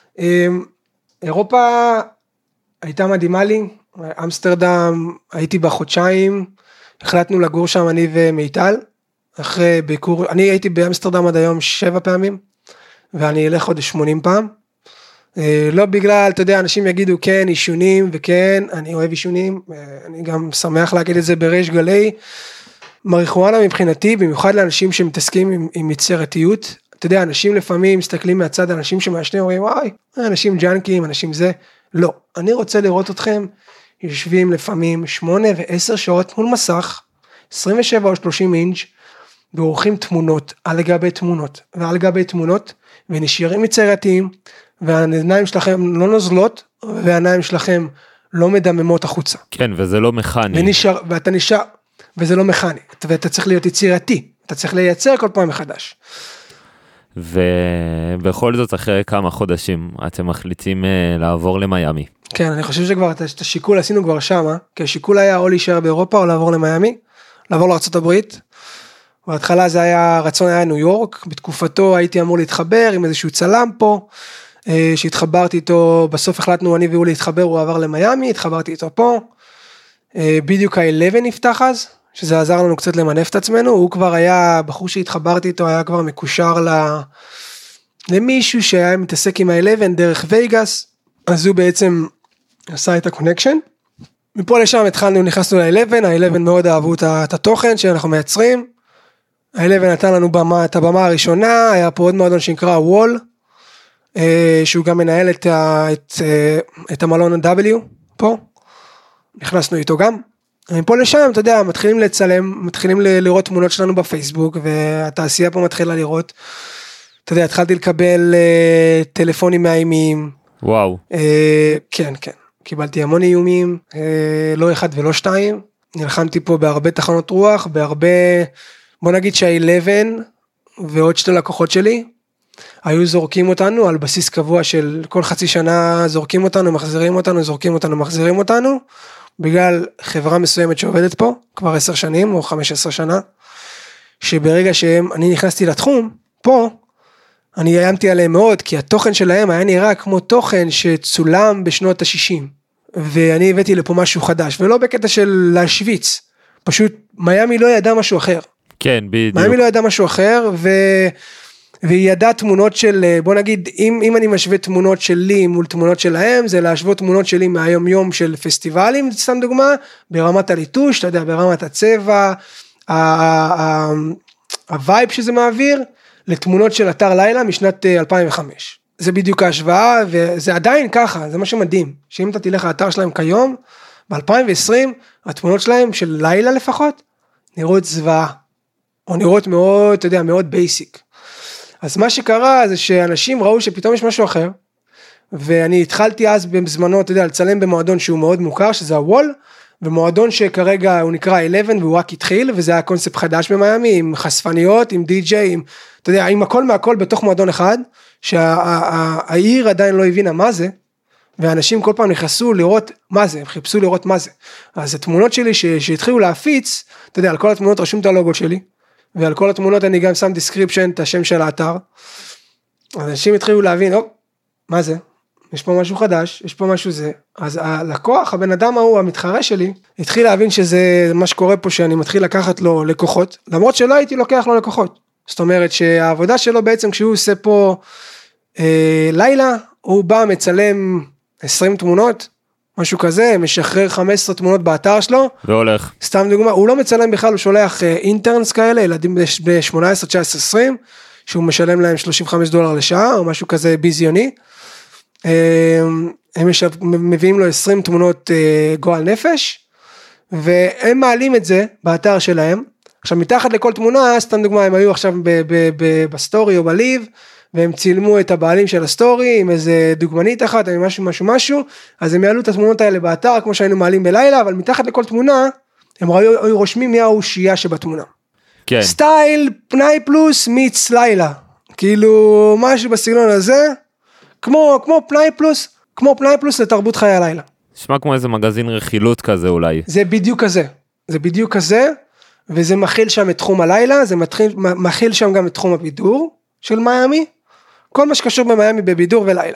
אירופה הייתה מדהימה לי, אמסטרדם, הייתי בחודשיים, החלטנו לגור שם אני ומיטל, אחרי ביקור, אני הייתי באמסטרדם עד היום 7 פעמים, ואני אלך עוד 80 פעם, לא בגלל, אתה יודע, אנשים יגידו כן, אישונים, וכן, אני אוהב אישונים, אני גם שמח להגיד את זה בריש גלי, מריחואנה מבחינתי, במיוחד לאנשים שמתעסקים עם יצירתיות, אתה יודע, אנשים לפעמים מסתכלים מהצד, אנשים שמעשנים, אומרים, וואי, אנשים ג'אנקים, אנשים זה, לא, אני רוצה לראות אתכם, יושבים לפעמים 8 ו10 שעות מול מסך, 27 או 30 אינץ', ועורכים תמונות, על גבי תמונות, ועל גבי תמונות, ונשארים יצירתיים, והעיניים שלכם לא נוזלות, והעיניים שלכם לא מדממות החוצה. כן, וזה לא מכני. ואתה נשאר, וזה לא מכני, ואתה צריך להיות יצירתי, אתה צריך לייצר כל פעם מחדש. ובכל זאת, אחרי כמה חודשים, אתם מחליטים לעבור למיימי. כן, אני חושב שכבר את השיקול עשינו כבר שמה, כי השיקול היה או להישאר באירופה, או לעבור למיימי, לעבור לארצות הברית. בהתחלה זה היה, הרצון היה ניו יורק, בתקופתו הייתי אמור להתחבר עם איזשהו צלם פה, שהתחברתי איתו, בסוף החלטנו אני והוא להתחבר, הוא עבר למיימי, התחברתי איתו פה, בדיוק ה-11 נפתח אז, שזה עזר לנו קצת למנף את עצמנו, הוא כבר היה, בחור שהתחברתי איתו, היה כבר מקושר למישהו שהיה מתעסק עם ה-11 דרך וייגאס, אז הוא בעצם עשה את הקונקשן, מפה לשם התחלנו, נכנסנו ל-11, ה-11 מאוד אהבו את התוכן שאנחנו מייצרים, ה-11 נתן לנו את הבמה הראשונה, היה פה עוד מועדון שנקרא וול, שהוא גם מנהל את המלון W פה, נכנסנו איתו גם, מפה לשם, אתה יודע, מתחילים לצלם, מתחילים לראות תמונות שלנו בפייסבוק, והתעשייה פה מתחילה לראות, אתה יודע, התחלתי לקבל טלפונים מאיימים, וואו. כן, כן, קיבלתי המון איומים, לא אחד ולא 2, נלחמתי פה בהרבה תחנות רוח, בהרבה, בוא נגיד שה-11 ועוד 2 לקוחות שלי, היו זורקים אותנו על בסיס קבוע של כל חצי שנה זורקים אותנו, מחזירים אותנו, זורקים אותנו, מחזירים אותנו, בגלל חברה מסוימת שעובדת פה, כבר 10 שנים או 15 שנה, שברגע שאני נכנסתי לתחום, פה, אני איימתי עליהם מאוד, כי התוכן שלהם היה נראה כמו תוכן שצולם בשנות ה-60, ואני הבאתי לפה משהו חדש, ולא בקטע של להשוויץ, פשוט מיימי לא ידע משהו אחר. כן, בדיוק. מיימי לא ידע משהו אחר, והיא ידעה תמונות של, בוא נגיד, אם אני משווה תמונות שלי מול תמונות שלהם, זה להשוות תמונות שלי מהיום יום של פסטיבלים, סתם דוגמה, ברמת הליטוש, אתה יודע, ברמת הצבע, הווייב שזה מעביר, לתמונות של אתר לילה משנת 2005. זה בדיוק ההשוואה, וזה עדיין ככה, זה מה שמדהים, שאם אתה תלך לאתר שלהם כיום, ב-2020, התמונות שלהם של לילה לפחות, נראות זוועה, או נראות מאוד, אתה יודע, מאוד בייסיק. אז מה שקרה זה שאנשים ראו שפתאום יש משהו אחר, ואני התחלתי אז בזמנו, אתה יודע, לצלם במועדון שהוא מאוד מוכר, שזה הוול, ומועדון שכרגע הוא נקרא 11, והוא רק התחיל, וזה היה קונספט חדש במיימי, עם חשפניות, עם די-ג'יי, אתה יודע, עם הכל מהכל בתוך מועדון אחד, שהעיר עדיין לא הבינה מה זה, ואנשים כל פעם נכנסו לראות מה זה, הם חיפשו לראות מה זה. אז התמונות שלי שהתחילו להפיץ, אתה יודע, על כל התמונות רשום את הלוגו שלי, ועל כל התמונות אני גם שם description, את השם של האתר, אז אנשים התחילו להבין, מה זה? יש פה משהו חדש, יש פה משהו זה, אז הלקוח, הבן אדם ההוא, המתחרה שלי, התחיל להבין שזה מה שקורה פה, שאני מתחיל לקחת לו לקוחות, למרות שלא הייתי לוקח לו לקוחות, זאת אומרת שהעבודה שלו בעצם, כשהוא עושה פה לילה, הוא בא מצלם 20 תמונות, משהו כזה, משחרר 15 תמונות באתר שלו, והולך. סתם דוגמה, הוא לא מצלם בכלל, הוא שולח אינטרנס כאלה, ילדים ב-18, 19, 20, שהוא משלם להם $35 לשעה, או משהו כזה ביזיוני, הם מביאים לו 20 תמונות גועל נפש, והם מעלים את זה באתר שלהם, עכשיו מתחת לכל תמונה, סתם דוגמה, הם היו עכשיו בסטורי או בליב, והם צילמו את הבעלים של הסטורי, עם איזה דוגמנית אחת, עם משהו, אז הם יעלו את התמונות האלה באתר, כמו שהיינו מעלים בלילה, אבל מתחת לכל תמונה, הם היו רושמים מי האושייה שבתמונה. כן. סטייל פנאי פלוס מיץ לילה, כאילו משהו בסגנון הזה, כמו פנאי פלוס לתרבות חיי הלילה. נשמע כמו איזה מגזין רכילות כזה אולי. זה בדיוק כזה, וזה מכיל שם את תחום הלילה, זה מכיל שם גם את תחום הבידור של מיאמי, כל מה שקשור במיימי בבידור ולילה.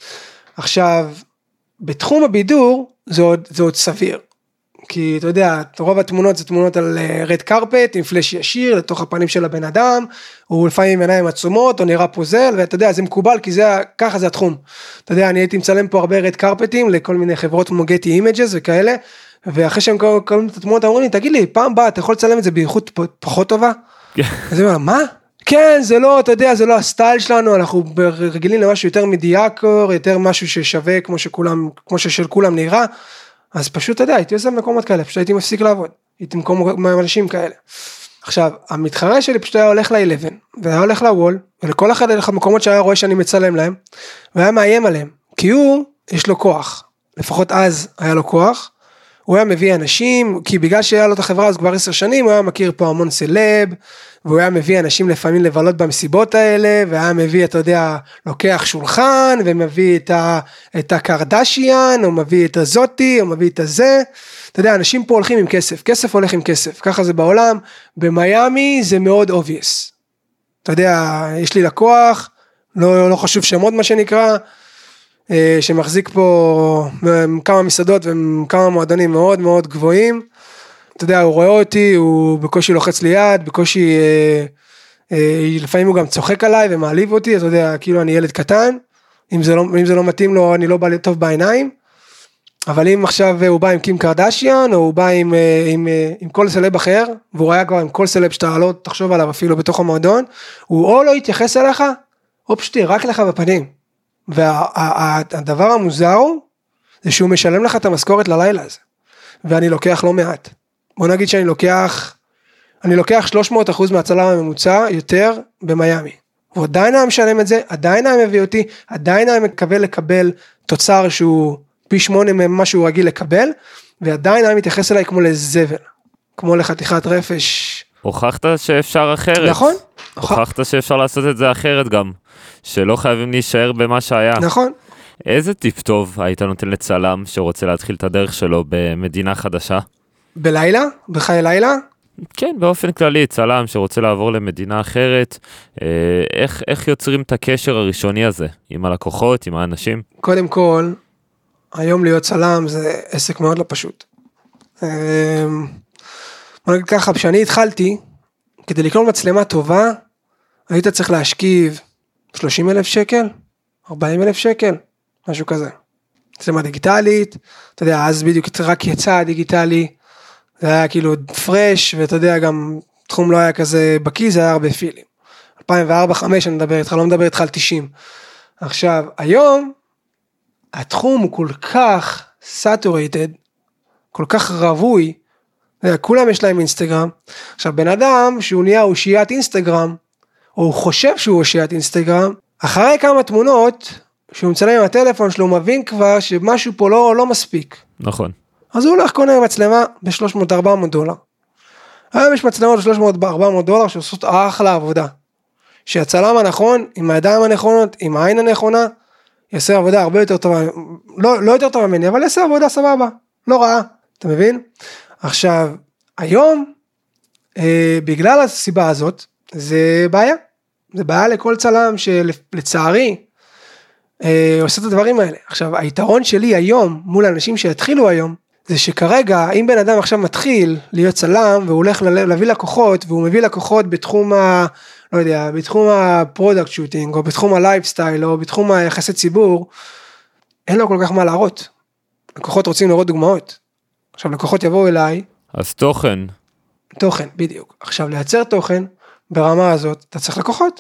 עכשיו, בתחום הבידור זה עוד סביר, כי אתה יודע, רוב התמונות זה תמונות על רד קרפט, עם פלש ישיר לתוך הפנים של הבן אדם, הוא לפעמים עיניים עצומות, או נראה פוזל, ואתה יודע, זה מקובל, כי ככה זה התחום. אתה יודע, אני הייתי מצלם פה הרבה רד קרפטים, לכל מיני חברות כמו Getty Images וכאלה, ואחרי שהם קוראים את התמונות, אמרו לי, תגיד לי, פעם באה, אתה יכול לצלם את זה באיכות פחות טובה? אז אני אומר, מה? כן, זה לא, אתה יודע, זה לא הסטייל שלנו, אנחנו רגילים למשהו יותר מדייקור, יותר משהו ששווה כמו ששל כולם נראה, אז פשוט, אתה יודע, הייתי עושה במקומות כאלה, פשוט הייתי מפסיק לעבוד, הייתי מקום אנשים כאלה. עכשיו, המתחרה שלי פשוט היה הולך ל-11, והיה הולך לוול, ולכל אחד המקומות שהיה רואה שאני מצלם להם, והיה מאיים עליהם, כי הוא, יש לו כוח, לפחות אז היה לו כוח, הוא היה מביא אנשים, כי בגלל שהיה לו את החברה אז כבר 10 שנים, הוא היה מכיר פה המון סלב, והוא היה מביא אנשים לפעמים לבלות במסיבות האלה, והיה מביא, אתה יודע, לוקח שולחן, ומביא את הקרדשיאן, או מביא את הזאתי, או מביא את הזה, אתה יודע, אנשים פה הולכים עם כסף, כסף הולך עם כסף, ככה זה בעולם, במיימי זה מאוד obvious, אתה יודע, יש לי לקוח, לא חשוב שמות מה שנקרא, שמחזיק פה כמה מסעדות וכמה מועדונים מאוד מאוד גבוהים, אתה יודע, הוא רואה אותי, הוא בקושי לוחץ לי יד, בקושי, לפעמים הוא גם צוחק עליי ומעליב אותי, אתה יודע, כאילו אני ילד קטן, אם זה לא מתאים לו, אני לא בא טוב בעיניים, אבל אם עכשיו הוא בא עם קים קרדשיאן, או הוא בא עם כל סלב אחר, והוא רואה כבר עם כל סלב שאתה לא תחשוב עליו אפילו בתוך המועדון, הוא או לא יתייחס אליך, או פשוט ירק לך בפנים. והדבר המוזר הוא, זה שהוא משלם לך את המשכורת ללילה הזה, ואני לוקח לא מעט. בוא נגיד שאני לוקח 300% מהצלם הממוצע יותר במיימי. הוא עדיין היה משלם את זה, עדיין היה מביא אותי, עדיין היה מקווה לקבל תוצר שהוא פי 8 ממה שהוא רגיל לקבל, ועדיין היה מתייחס אליי כמו לזבל, כמו לחתיכת רפש. הוכחת שאפשר אחרת. נכון. הוכחת שאפשר לעשות את זה אחרת גם, שלא חייבים להישאר במה שהיה. נכון. איזה טיפ טוב היית נותן לצלם שרוצה להתחיל את הדרך שלו במדינה חדשה? בלילה? בחיי לילה? כן, באופן כללי, צלם שרוצה לעבור למדינה אחרת, איך יוצרים את הקשר הראשוני הזה, עם הלקוחות, עם האנשים? קודם כל, היום להיות צלם זה עסק מאוד לא פשוט. בוא נגיד ככה, כשאני התחלתי, כדי לקנות מצלמה טובה, היית צריך להשכיב 30,000 שקל, 40,000 שקל, משהו כזה. מצלמה דיגיטלית, אתה יודע, אז בדיוק רק יצא הדיגיטלי, זה היה כאילו פרש, ואתה יודע, גם תחום לא היה כזה בקי, זה היה הרבה פילים. 2004-2005 אני מדבר איתך, לא מדבר איתך על 90. עכשיו, היום, התחום הוא כל כך saturated, כל כך רווי, כולם יש להם אינסטגרם. עכשיו, בן אדם שהוא נהיה אושיית אינסטגרם, או הוא חושב שהוא אושיית אינסטגרם, אחרי כמה תמונות, שהוא מצלם עם הטלפון שלו, הוא מבין כבר שמשהו פה לא מספיק. נכון. אז הוא הולך קונה מצלמה ב$300-400. היום יש מצלמות ב$300-400 שעושות אחלה עבודה. שהצלם הנכון, עם הידיים הנכונות, עם העין הנכונה, יעשה עבודה הרבה יותר טובה, לא יותר טובה ממני, אבל יעשה עבודה סבבה, לא רעה, אתה מבין? עכשיו, היום, בגלל הסיבה הזאת, זה בעיה. זה בעיה לכל צלם שלצערי, עושה את הדברים האלה. עכשיו, היתרון שלי היום, מול אנשים שהתחילו היום, זה שכרגע, אם בן אדם עכשיו מתחיל להיות צלם, והוא הולך להביא לקוחות, והוא מביא לקוחות בתחום לא יודע, בתחום הפרודקט שוטינג, או בתחום הלייפסטייל, או בתחום היחסי ציבור, אין לו כל כך מה להראות. לקוחות רוצים לראות דוגמאות. עכשיו, לקוחות יבואו אליי. אז תוכן. תוכן, בדיוק. עכשיו, לייצר תוכן, ברמה הזאת, אתה צריך לקוחות.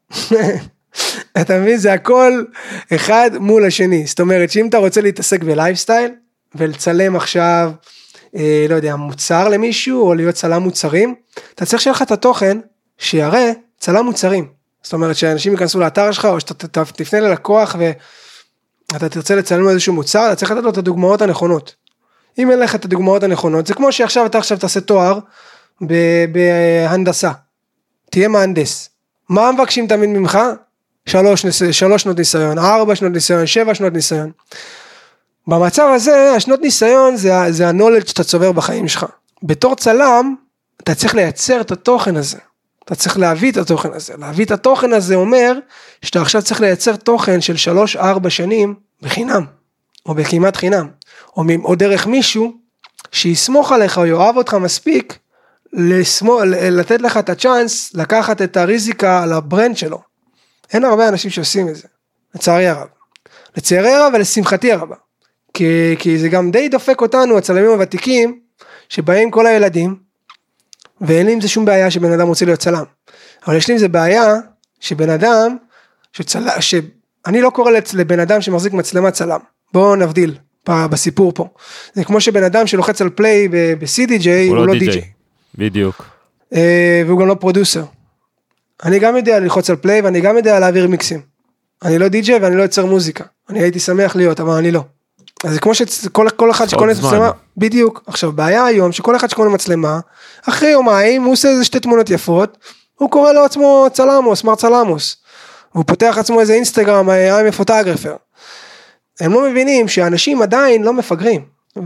אתה מבין, זה הכל אחד מול השני. זאת אומרת, שאם אתה רוצה להתעסק בלייפסטייל, ולצלם עכשיו, לא יודע, מוצר למישהו, או להיות צלם מוצרים, אתה צריך שיהיה לך את התוכן, שיראה צלם מוצרים. זאת אומרת, שאנשים ייכנסו לאתר שלך, או שאתה תפנה ללקוח, ואתה תרצה לצלם איזשהו מוצר, אתה צריך לתת לו את הדוגמאות הנכונות. אם אין לך את הדוגמאות הנכונות, זה כמו שעכשיו אתה תעשה תואר, בהנדסה. תהיה מהנדס. מה מבקשים תמיד ממך? 3 שנות ניסיון, 4 שנות ניסיון, 7 שנות ניסיון. במצב הזה, השנות ניסיון זה ה-knowledge שאתה צובר בחיים שלך. בתור צלם, אתה צריך לייצר את התוכן הזה. אתה צריך להביא את התוכן הזה. להביא את התוכן הזה אומר, שאתה עכשיו צריך לייצר תוכן של 3-4 שנים בחינם, או בכמעט חינם, או דרך מישהו שיסמוך עליך או יאהב אותך מספיק, לתת לך את הצ'אנס, לקחת את הריזיקה על הברנד שלו. אין הרבה אנשים שעושים את זה, לצערי הרב. לצערי הרב ולשמחתי הרבה. כי זה גם די דופק אותנו, הצלמים הוותיקים, שבאים כל הילדים, ואין לי עם זה שום בעיה שבן אדם רוצה להיות צלם. אבל יש לי עם זה בעיה, שבן אדם, אני לא קורא לבן אדם שמחזיק מצלמה צלם. בואו נבדיל בסיפור פה. זה כמו שבן אדם שלוחץ על פליי ב-CDJ, הוא לא די-ג'יי. בדיוק. והוא גם לא פרודוסר. אני גם יודע ללחוץ על פליי, ואני גם יודע להעביר מיקסים. אני לא די-ג'יי ואני לא יוצר מוזיקה. אני הייתי שמח להיות, אבל אני לא. אז זה כמו שכל אחד שקונה מצלמה, בדיוק. עכשיו, בעיה היום, שכל אחד שקונה מצלמה, אחרי יומיים, הוא עושה איזה 2 תמונות יפות, הוא קורא לו עצמו צלמוס, מר צלמוס. והוא פותח עצמו איזה אינסטגרם, I'm a photographer. הם לא מבינים שאנשים עדיין לא מפגרים.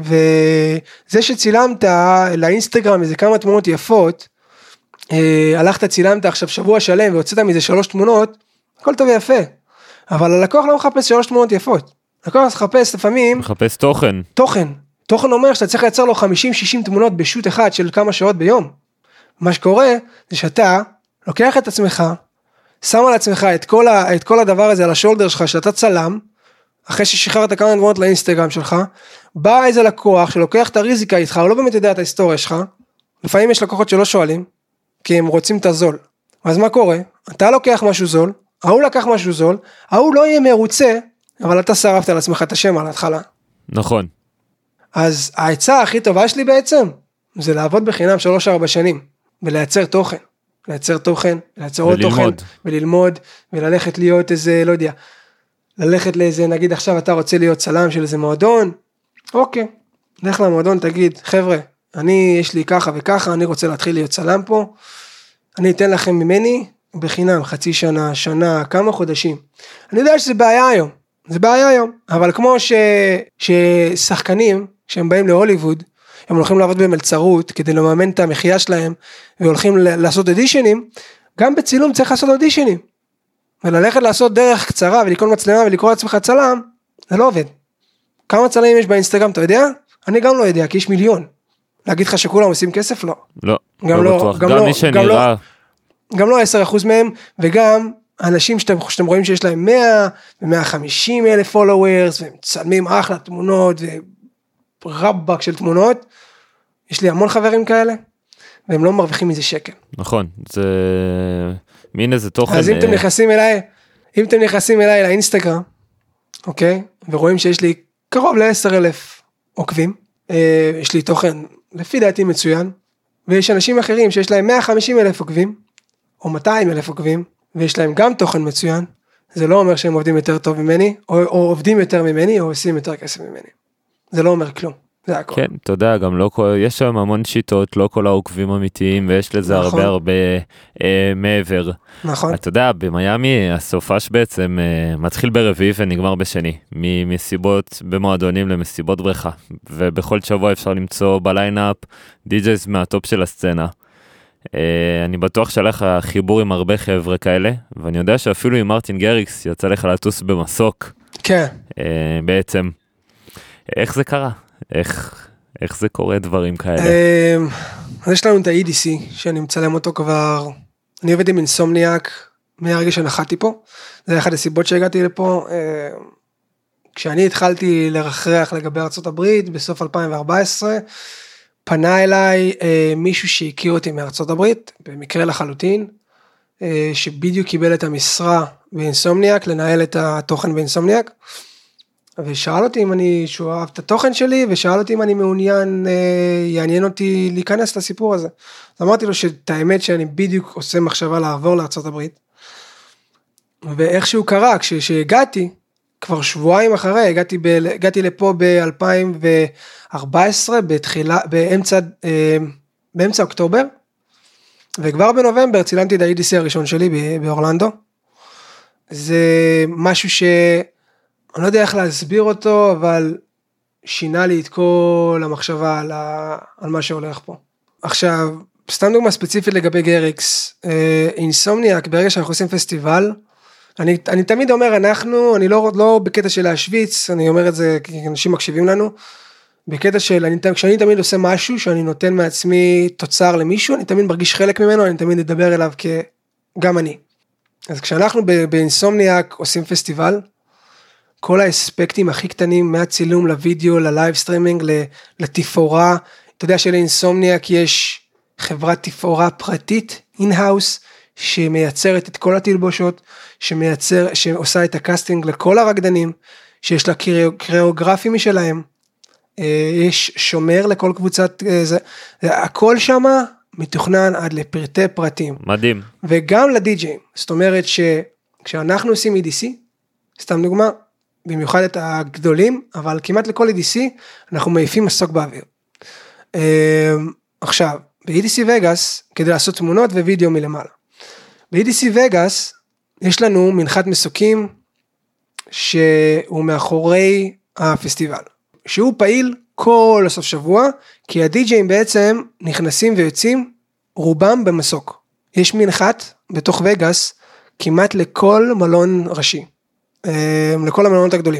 וזה שצילמת לאינסטגרם איזה כמה תמונות יפות, הלכת צילמת עכשיו שבוע שלם והוצאת מזה 3 תמונות, הכל טוב ויפה. אבל הלקוח לא מחפש 3 תמונות יפות. הלקוח מחפש לפעמים... מחפש תוכן. תוכן אומר שאתה צריך לייצר לו 50-60 תמונות בשוט אחד של כמה שעות ביום. מה שקורה זה שאתה לוקח את עצמך, שם על עצמך את כל הדבר הזה על השולדר שלך, שאתה צלם, אחרי ששחררת כמה תמונות לאינסטגרם שלך, בא איזה לקוח שלוקח את הריזיקה איתך, הוא לא באמת יודע את ההיסטוריה שלך, לפעמים יש לקוחות שלא שואלים, כי הם רוצים את הזול. אז מה קורה? אתה לוקח משהו זול, ההוא לקח משהו זול, ההוא לא יהיה מרוצה, אבל אתה שרפת על עצמך את השם על ההתחלה. נכון. אז העצה הכי טובה שלי בעצם, זה לעבוד בחינם 3-4 שנים, ולייצר תוכן. לייצר עוד תוכן, וללמוד, וללכת להיות איזה, לא יודע, ללכת לאיזה, נגיד עכשיו אתה רוצה להיות צלם של איזה מועדון, אוקיי, לך למועדון, תגיד, חבר'ה, יש לי ככה וככה, אני רוצה להתחיל להיות צלם פה, אני אתן לכם ממני, בחינם, חצי שנה, שנה, כמה חודשים. אני יודע שזה בעיה היום, אבל כמו ששחקנים, שהם באים להוליווד, הם הולכים לעבוד במלצרות, כדי לממן את המחיה שלהם, והולכים לעשות אודישנים, גם בצילום צריך לעשות אודישנים, וללכת לעשות דרך קצרה, ולקרוא מצלמה, ולקרוא לעצמך צלם, זה לא עובד. כמה צלמים יש באינסטגרם, אתה יודע? אני גם לא יודע, כי יש מיליון. להגיד לך שכולם עושים כסף? לא. לא, לא בטוח. גם מי שנראה... גם לא 10% מהם, וגם אנשים שאתם רואים שיש להם 100 ו-150 אלף פולוורס, והם צלמים אחלה תמונות, ורבק של תמונות, יש לי המון חברים כאלה, והם לא מרוויחים מזה שקל. נכון, זה... מין איזה תוכן... אז אם אתם נכנסים אליי לאינסטגרם, אוקיי, ורואים שיש לי קרוב ל10,000 עוקבים, יש לי תוכן לפי דעתי מצוין, ויש אנשים אחרים שיש להם 150,000 עוקבים, או 200,000 עוקבים, ויש להם גם תוכן מצוין, זה לא אומר שהם עובדים יותר טוב ממני, או עובדים יותר ממני, או עושים יותר כסף ממני. זה לא אומר כלום, זה הכל. כן, אתה יודע, גם לא כל, יש שם המון שיטות, לא כל העוקבים אמיתיים, ויש לזה נכון. הרבה מעבר. נכון. אתה יודע, במיימי, הסופש בעצם מתחיל ברביעי ונגמר בשני, ממסיבות במועדונים למסיבות בריכה, ובכל שבוע אפשר למצוא בליינאפ די-ג'ייז מהטופ של הסצנה. אני בטוח שלך חיבור עם הרבה חבר'ה כאלה, ואני יודע שאפילו עם מרטין גריקס יצא לך לטוס במסוק. כן. בעצם, איך זה קרה? איך זה קורה דברים כאלה? אז יש לנו את ה-EDC, שאני מצלם אותו כבר, אני עובד עם אינסומניאק, מהרגע שנחתי פה, זה אחד הסיבות שהגעתי לפה, כשאני התחלתי לרחרח לגבי ארצות הברית, בסוף 2014, פנה אליי מישהו שהכיר אותי מארצות הברית, במקרה לחלוטין, שבדיוק קיבל את המשרה באינסומניאק, לנהל את התוכן באינסומניאק, ושאל אותי אם שהוא אהב את התוכן שלי, ושאל אותי אם אני מעוניין, יעניין אותי להיכנס לסיפור הזה. אז אמרתי לו שאת האמת שאני בדיוק עושה מחשבה לעבור לארצות הברית, ואיכשהו קרה, כשהגעתי, כבר שבועיים אחרי, הגעתי לפה ב-2014, באמצע אוקטובר, וכבר בנובמבר צילמתי את ה-EDC הראשון שלי באורלנדו. זה משהו אני לא יודע איך להסביר אותו, אבל שינה לי את כל המחשבה על מה שהולך פה. עכשיו, סתם דוגמה ספציפית לגבי גריקס, אינסומניאק, ברגע שאנחנו עושים פסטיבל, אני תמיד אומר אנחנו, אני לא בקטע של להשוויץ, אני אומר את זה כי אנשים מקשיבים לנו, בקטע של, כשאני תמיד עושה משהו, שאני נותן מעצמי תוצר למישהו, אני תמיד מרגיש חלק ממנו, אני תמיד אדבר אליו כגם אני. אז כשאנחנו באינסומניאק עושים פסטיבל, כל האספקטים הכי קטנים, מהצילום לוידאו, ללייב סטרימינג, לתפאורה, אתה יודע שלאינסומניאק יש חברת תפאורה פרטית, אין-האוס, שמייצרת את כל התלבושות, שעושה את הקאסטינג לכל הרקדנים, שיש לה קריאוגרפים משלהם, יש שומר לכל קבוצת, הכל שמה מתוכנן עד לפרטי פרטים. מדהים. וגם לדי-ג'יים, זאת אומרת שכשאנחנו עושים EDC, סתם דוגמה, במיוחד את הגדולים, אבל כמעט לכל EDC, אנחנו מעיפים מסוק באוויר. עכשיו, ב-EDC וגאס, כדי לעשות תמונות ווידאו מלמעלה. ב-EDC וגאס, יש לנו מנחת מסוקים, שהוא מאחורי הפסטיבל, שהוא פעיל כל הסוף שבוע, כי הדי-ג'יים בעצם נכנסים ויוצאים, רובם במסוק. יש מנחת בתוך וגאס, כמעט לכל מלון ראשי. לכל המלונות הגדולים.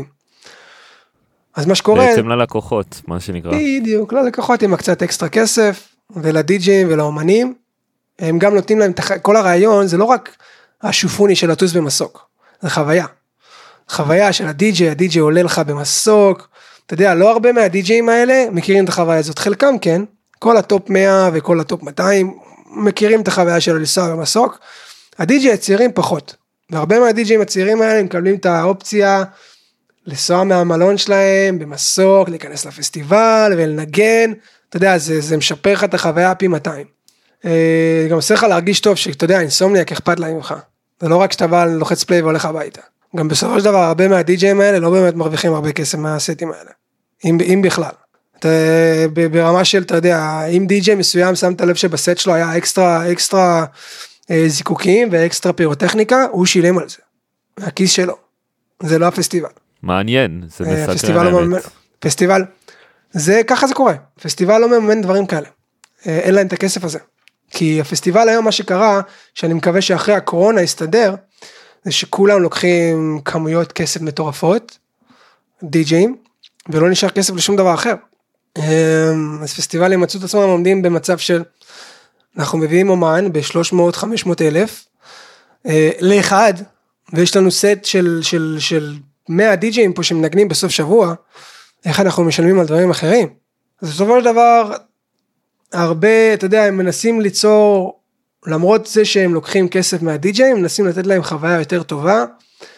אז מה שקורה... בעצם ללקוחות, מה שנקרא. בדיוק, ללקוחות עם קצת אקסטרה כסף, ולדי-ג'יים ולאומנים, הם גם נותנים להם, כל הרעיון, זה לא רק השופוני של לטוס במסוק, זה חוויה. חוויה של הדי-ג'יי עולה לך במסוק, אתה יודע, לא הרבה מהדי-ג'יים האלה מכירים את החוויה הזאת, חלקם כן, כל הטופ 100 וכל הטופ 200, מכירים את החוויה של לנסוע במסוק, הדי-ג'יי הצעירים פחות. והרבה מהדי-ג'יים הצעירים האלה מקבלים את האופציה לנסוע מהמלון שלהם במסוק, להיכנס לפסטיבל ולנגן, אתה יודע, זה משפר לך את החוויה פי 200. גם עושה לך להרגיש טוב שאתה יודע, אינסומניאק אכפת להם ממך. זה לא רק שאתה בא לוחץ פליי והולך הביתה. גם בסופו של דבר, הרבה מהדי-ג'יים האלה לא באמת מרוויחים הרבה כסף מהסטים האלה. אם בכלל. ברמה של, אתה יודע, אם די-ג'יי מסוים שמת לב שבסט שלו היה אקסטרה זיקוקים ואקסטרה פירוטכניקה, הוא שילם על זה. הכיס שלו. זה לא הפסטיבל. מעניין, זה מסקרן האמת. פסטיבל, ככה זה קורה. פסטיבל לא מממן דברים כאלה. אין להם את הכסף הזה. כי הפסטיבל היום מה שקרה, שאני מקווה שאחרי הקורונה יסתדר, זה שכולם לוקחים כמויות כסף מטורפות, די-ג'יים, ולא נשאר כסף לשום דבר אחר. אז פסטיבלים מצאו את עצמם עומדים במצב של, אנחנו מביאים אומן ב-300-500 אלף, לאחד, ויש לנו סט של 100 די-ג'יים פה שמנגנים בסוף שבוע, איך אנחנו משלמים על דברים אחרים. אז בסופו של דבר, הרבה, אתה יודע, הם מנסים ליצור, למרות זה שהם לוקחים כסף מהדי-ג'יים, מנסים לתת להם חוויה יותר טובה,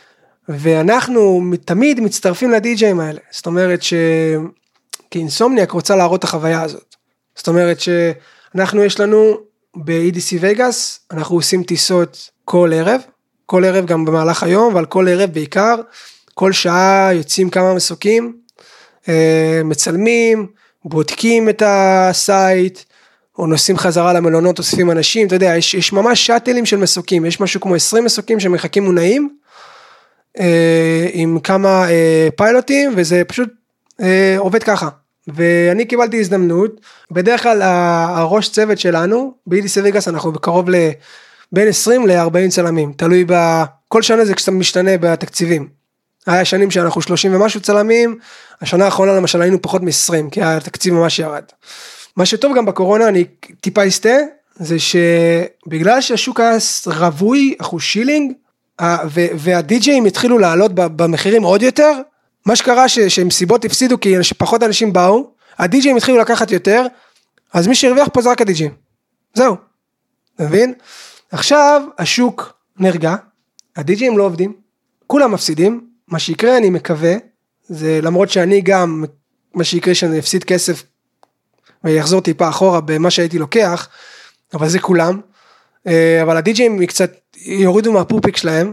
ואנחנו תמיד מצטרפים לדי-ג'יים האלה. זאת אומרת כאינסומניאק רוצה להראות את החוויה הזאת. זאת אומרת שאנחנו יש לנו ב-EDC וגאס, אנחנו עושים טיסות כל ערב גם במהלך היום, אבל כל ערב בעיקר, כל שעה יוצאים כמה מסוקים, מצלמים, בודקים את הסייט, או נוסעים חזרה למלונות, אוספים אנשים, אתה יודע, יש ממש שאטלים של מסוקים, יש משהו כמו 20 מסוקים שמחכים מונעים, עם כמה פיילוטים, וזה פשוט עובד ככה, ואני קיבלתי הזדמנות, בדרך כלל הראש צוות שלנו, באידיס וגאס אנחנו בקרוב בין 20 ל-40 צלמים, תלוי כל שנה זה קצת משתנה בתקציבים, היה שנים שאנחנו 30 ומשהו צלמים, השנה האחרונה למשל היינו פחות מ-20, כי התקציב ממש ירד. מה שטוב גם בקורונה, אני טיפה אסתה, זה שבגלל שהשוק היה רווי, אחוז שילינג, והדי-ג'אים התחילו לעלות במחירים עוד יותר, מה שקרה שמסיבות הפסידו, כי פחות אנשים באו, הדי-ג'אים התחילו לקחת יותר, אז מי שהרוויח פה זה רק הדי-ג'אים. זהו. מבין? עכשיו השוק נרגע, הדי-ג'אים לא עובדים, כולם מפסידים, מה שיקרה אני מקווה, זה למרות שאני גם, מה שיקרה שאני אפסיד כסף, ויחזור טיפה אחורה במה שהייתי לוקח, אבל זה כולם, אבל הדי-ג'אים קצת יורידו מהפופיק שלהם,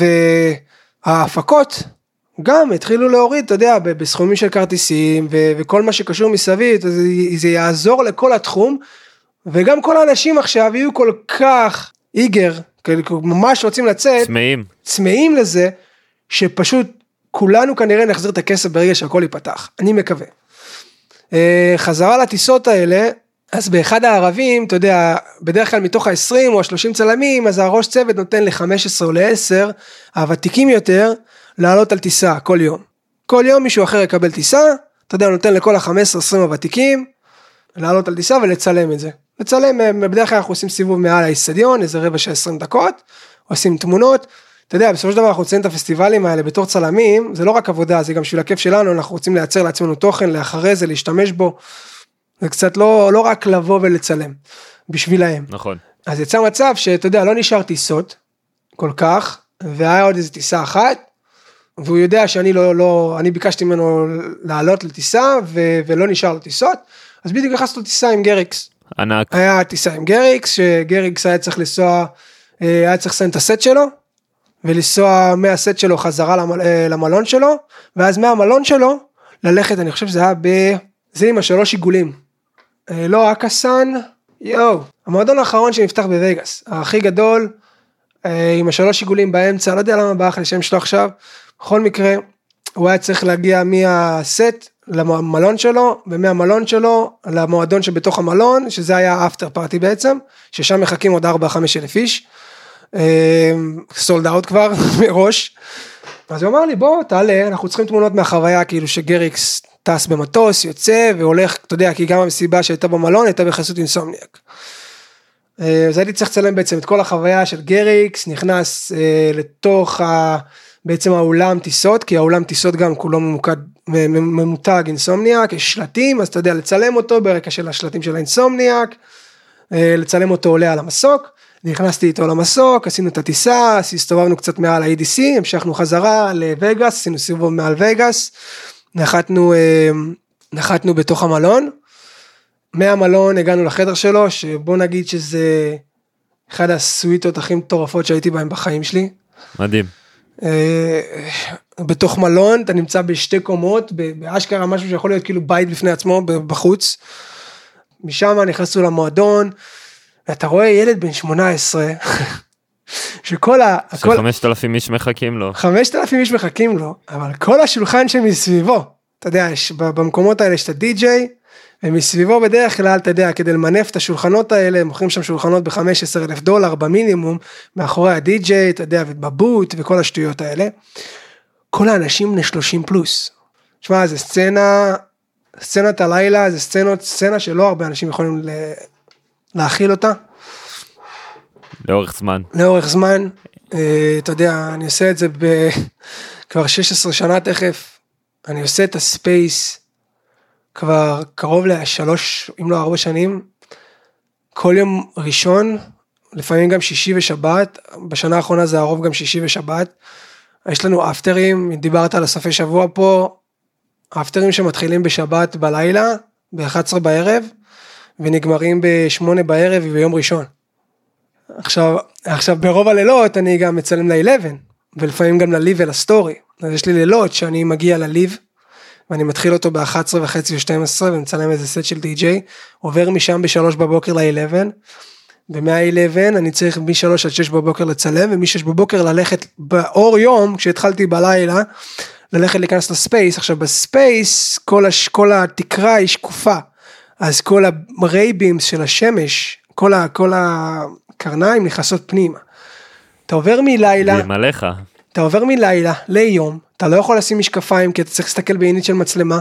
וההפקות גם התחילו להוריד, אתה יודע, בסכומים של כרטיסים, וכל מה שקשור מסביב, זה יעזור לכל התחום, וגם כל האנשים עכשיו יהיו כל כך איגר, ממש רוצים לצאת, צמאים לזה, שפשוט כולנו כנראה נחזיר את הכסף ברגע שהכל ייפתח, אני מקווה. חזרה לטיסות האלה, אז באחד הערבים, אתה יודע, בדרך כלל מתוך ה-20 או ה-30 צלמים, אז הראש צוות נותן ל-15 או ל-10, הוותיקים יותר, לעלות על טיסה כל יום. כל יום מישהו אחר יקבל טיסה, אתה יודע, נותן לכל ה-15-20 הוותיקים, לעלות על טיסה ולצלם את זה. לצלם, בדרך כלל אנחנו עושים סיבוב מעל האיצטדיון, איזה רבע של 20 דקות, עושים תמונות, אתה יודע, בסופו של דבר אנחנו רוצים את הפסטיבלים האלה בתור צלמים, זה לא רק עבודה, זה גם בשביל הכיף שלנו, אנחנו רוצים לייצר לעצמנו תוכן, לאחרי זה, להשתמש בו, זה קצת לא רק לבוא ולצלם, בשבילהם. נכון. אז יצא מצב שאתה יודע, לא נשאר טיסות, כל כך, והיה עוד איזו טיסה אחת, והוא יודע שאני אני ביקשתי ממנו לעלות לטיסה, ולא נשאר לטיסות, אז בדיוק נכנסנו טיסה עם גריקס. ענק. היה טיסה עם גריקס, שגריקס היה צריך לנסוע, היה צריך לסיים את הסט שלו, ולנסוע מהסט שלו חזרה למלון שלו, ואז מהמלון שלו, ללכת, אני חושב שזה היה זה עם 3 עיגולים, לא אקסן, המועדון האחרון שנפתח בווגאס, הכי גדול, עם 3 עיגולים באמצע, לא יודע למה באח לשם שלו עכשיו, בכל מקרה, הוא היה צריך להגיע מהסט למלון שלו, ומהמלון שלו למועדון שבתוך המלון, שזה היה האפטר פארטי בעצם, ששם מחכים עוד 4-5 אלף איש, סולד אאוט כבר מראש, אז הוא אמר לי בוא תעלה, אנחנו צריכים תמונות מהחוויה, כאילו שגריקס טס במטוס, יוצא והולך, אתה יודע, כי גם המסיבה שהייתה במלון, הייתה בחסות אינסומניאק, אז הייתי צריך לצלם בעצם את כל החוויה של גריקס, נכנס לתוך בעצם האולם טיסות, כי האולם טיסות גם כולו ממותג אינסומניאק, יש שלטים, אז אתה יודע לצלם אותו ברקע של השלטים של האינסומניאק, לצלם אותו עולה על המסוק, נכנסתי איתו למסוק, עשינו את הטיסה, הסתובבנו קצת מעל ה-EDC, המשכנו חזרה לווגאס, עשינו סיבוב מעל ווגאס, נחתנו בתוך המלון, מהמלון הגענו לחדר שלו, שבוא נגיד שזה אחד הסוויטות הכי מטורפות שהייתי בהם בחיים שלי. מדהים. בתוך מלון, אתה נמצא בשתי קומות, באשכרה משהו שיכול להיות כאילו בית בפני עצמו, בחוץ, משם נכנסו למועדון, ואתה רואה ילד בן 18, שכל 5,000 איש מחכים לו. 5,000 איש מחכים לו, אבל כל השולחן שמסביבו, אתה יודע, במקומות האלה יש את הדי-ג'יי, ומסביבו בדרך כלל, אתה יודע, כדי למנף את השולחנות האלה, מוכרים שם שולחנות $15,000 במינימום, מאחורי הדי-ג'יי, אתה יודע, ובבוט, וכל השטויות האלה, כל האנשים בני 30 פלוס. תשמע, זה סצנת הלילה, זה סצנה שלא הרבה אנשים יכולים להכיל אותה. לאורך זמן, אתה יודע, אני עושה את זה כבר 16 שנה תכף, אני עושה את הספייס, כבר קרוב ל3, אם לא 4 שנים, כל יום ראשון, לפעמים גם שישי ושבת, בשנה האחרונה זה הרוב גם שישי ושבת, יש לנו אפטרים, דיברת על הסופי שבוע פה, אפטרים שמתחילים בשבת בלילה, ב-11 בערב, ונגמרים ב-8 בערב וביום ראשון. עכשיו ברוב הלילות אני גם מצלם ל-11, ולפעמים גם ל-live ולסטורי, אז יש לי לילות שאני מגיע ל-live, ואני מתחיל אותו ב-11:30 ו-12, ומצלם איזה סט של די-ג'יי, עובר משם ב-3 בבוקר ל-11, ומה-11 אני צריך מ-3 עד 6 בבוקר לצלם, ומ-6 בבוקר ללכת באור יום, כשהתחלתי בלילה, ללכת להיכנס לספייס, עכשיו בספייס כל התקרה היא שקופה, אז כל הרייבימס של השמש, כל הקרניים נכנסות פנימה. אתה עובר מלילה, אתה עובר מלילה ליום, אתה לא יכול לשים משקפיים, כי אתה צריך להסתכל בעינית של מצלמה,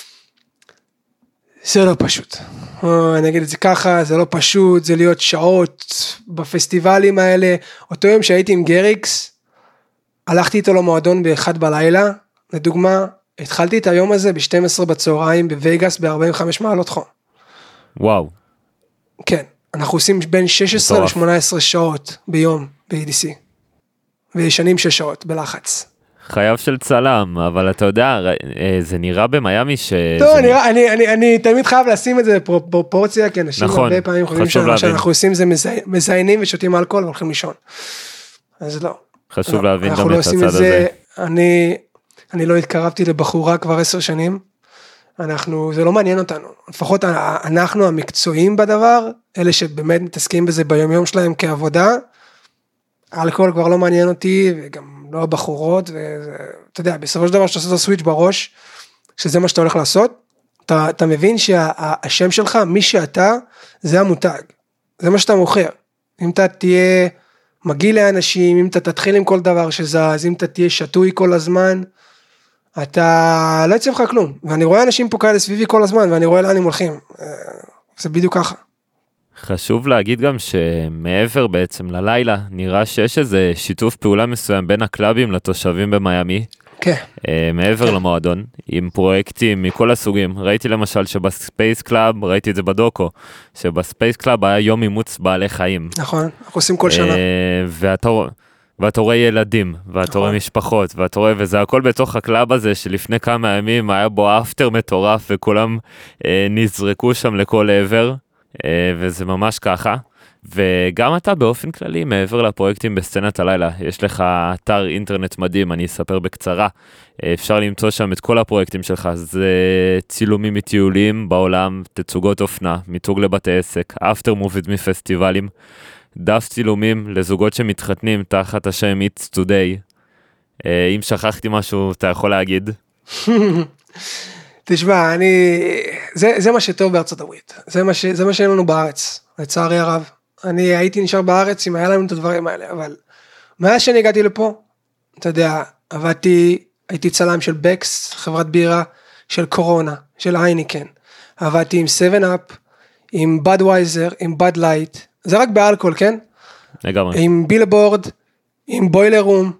זה לא פשוט. אני אגיד את זה ככה, זה לא פשוט, זה להיות שעות בפסטיבלים האלה. אותו יום שהייתי עם גריקס, הלכתי איתו למועדון ב-1 בלילה, לדוגמה, התחלתי את היום הזה ב-12 בצהריים בוויגאס ב-45 מעלות חום. וואו. כן, אנחנו עושים בין 16 ל-18 שעות ביום ב-EDC, וישנים 6 שעות בלחץ. חייו של צלם, אבל אתה יודע, זה נראה במיימי טוב, אני תמיד חייב לשים את זה בפרופורציה, כי אנשים הרבה פעמים חושבים שאנחנו עושים זה מזיינים ושותים אלכוהול והולכים לישון. אז לא. חשוב להבין גם את הצד הזה. אני לא התקרבתי לבחורה כבר 10 שנים, זה לא מעניין אותנו, לפחות אנחנו המקצועיים בדבר, אלה שבאמת מתעסקים בזה ביום יום שלהם כעבודה, האלכוהול כבר לא מעניין אותי, וגם לא הבחורות, ואתה יודע, בסופו של דבר שאתה עושה את הסוויץ' בראש, שזה מה שאתה הולך לעשות, אתה מבין שהשם שלך, מי שאתה, זה המותג, זה מה שאתה מוכר, אם אתה תהיה מגיע לאנשים, אם אתה תתחיל עם כל דבר שזז, אם אתה תהיה שטוי כל הזמן, אתה לא יצא לך כלום, ואני רואה אנשים פה כאלה סביבי כל הזמן, ואני רואה לאן הם הולכים, זה בדיוק ככה. חשוב להגיד גם שמעבר בעצם ללילה, נראה שיש איזה שיתוף פעולה מסוים בין הקלאבים לתושבים במיימי, כן. מעבר למועדון, עם פרויקטים מכל הסוגים. ראיתי למשל שבספייס קלאב, ראיתי את זה בדוקו, שבספייס קלאב היה יום אימוץ בעלי חיים. נכון, אנחנו עושים כל שנה. ואתה רואה ילדים, ואתה רואה משפחות, ואתה רואה, וזה הכל בתוך הקלאב הזה, שלפני כמה ימים היה בו אפטר מטורף, וכולם נזרקו שם לכל עבר, וזה ממש ככה. וגם אתה באופן כללי, מעבר לפרויקטים בסצנת הלילה, יש לך אתר אינטרנט מדהים, אני אספר בקצרה, אפשר למצוא שם את כל הפרויקטים שלך, זה צילומים מטיולים בעולם, תצוגות אופנה, מיתוג לבתי עסק, אפטר מוביד מפסטיבלים, דף צילומים לזוגות שמתחתנים תחת השם It's Today. אם שכחתי משהו, אתה יכול להגיד? תשמע, זה מה שטוב בארצות הברית, זה מה שאין לנו בארץ, לצערי הרב. אני הייתי נשאר בארץ אם היה לנו את הדברים האלה, אבל מאז שאני הגעתי לפה, אתה יודע, הייתי צלם של בקס, חברת בירה, של קורונה, של אייניקן, עבדתי עם 7-up, עם בדווייזר, עם בד לייט, זה רק באלכוהול, כן? לגמרי. עם בילבורד, עם בוילר רום,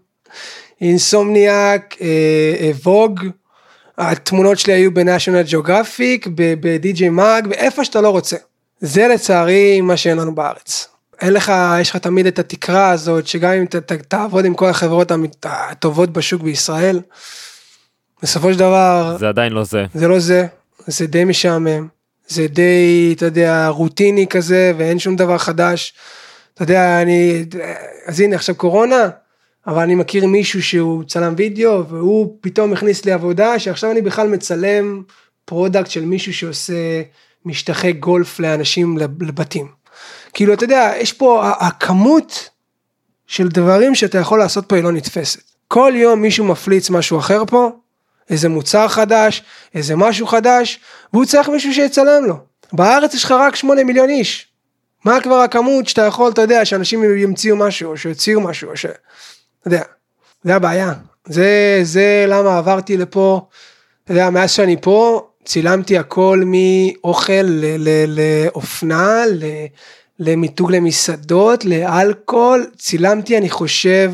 אינסומניאק, ווג, התמונות שלי היו בנשיונל ג'אוגרפיק, בדי.ג'יי מאג, באיפה שאתה לא רוצה. זה לצערי מה שאין לנו בארץ. יש לך תמיד את התקרה הזאת, שגם אם תעבוד עם כל החברות הטובות בשוק בישראל, בסופו של דבר... זה עדיין לא זה. זה לא זה, זה די משעמם, זה די, אתה יודע, רוטיני כזה, ואין שום דבר חדש. אתה יודע, אז הנה עכשיו קורונה, אבל אני מכיר מישהו שהוא צלם וידאו, והוא פתאום הכניס לי עבודה, שעכשיו אני בכלל מצלם פרודקט של מישהו שעושה משטחי גולף לאנשים לבתים. כאילו, אתה יודע, יש פה, הכמות של דברים שאתה יכול לעשות פה היא לא נתפסת. כל יום מישהו מפליץ משהו אחר פה, איזה מוצר חדש, איזה משהו חדש, והוא צריך מישהו שיצלם לו. בארץ יש לך רק 8 מיליון איש. מה כבר הכמות שאתה יכול, אתה יודע, שאנשים ימציאו משהו, או שיוציאו משהו, או אתה יודע, זה הבעיה. זה למה עברתי לפה, אתה יודע, מאז שאני פה, צילמתי הכל מאוכל לאופנה, למיתוג למסעדות, לאלכוהול, צילמתי, אני חושב,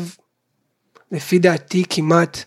לפי דעתי כמעט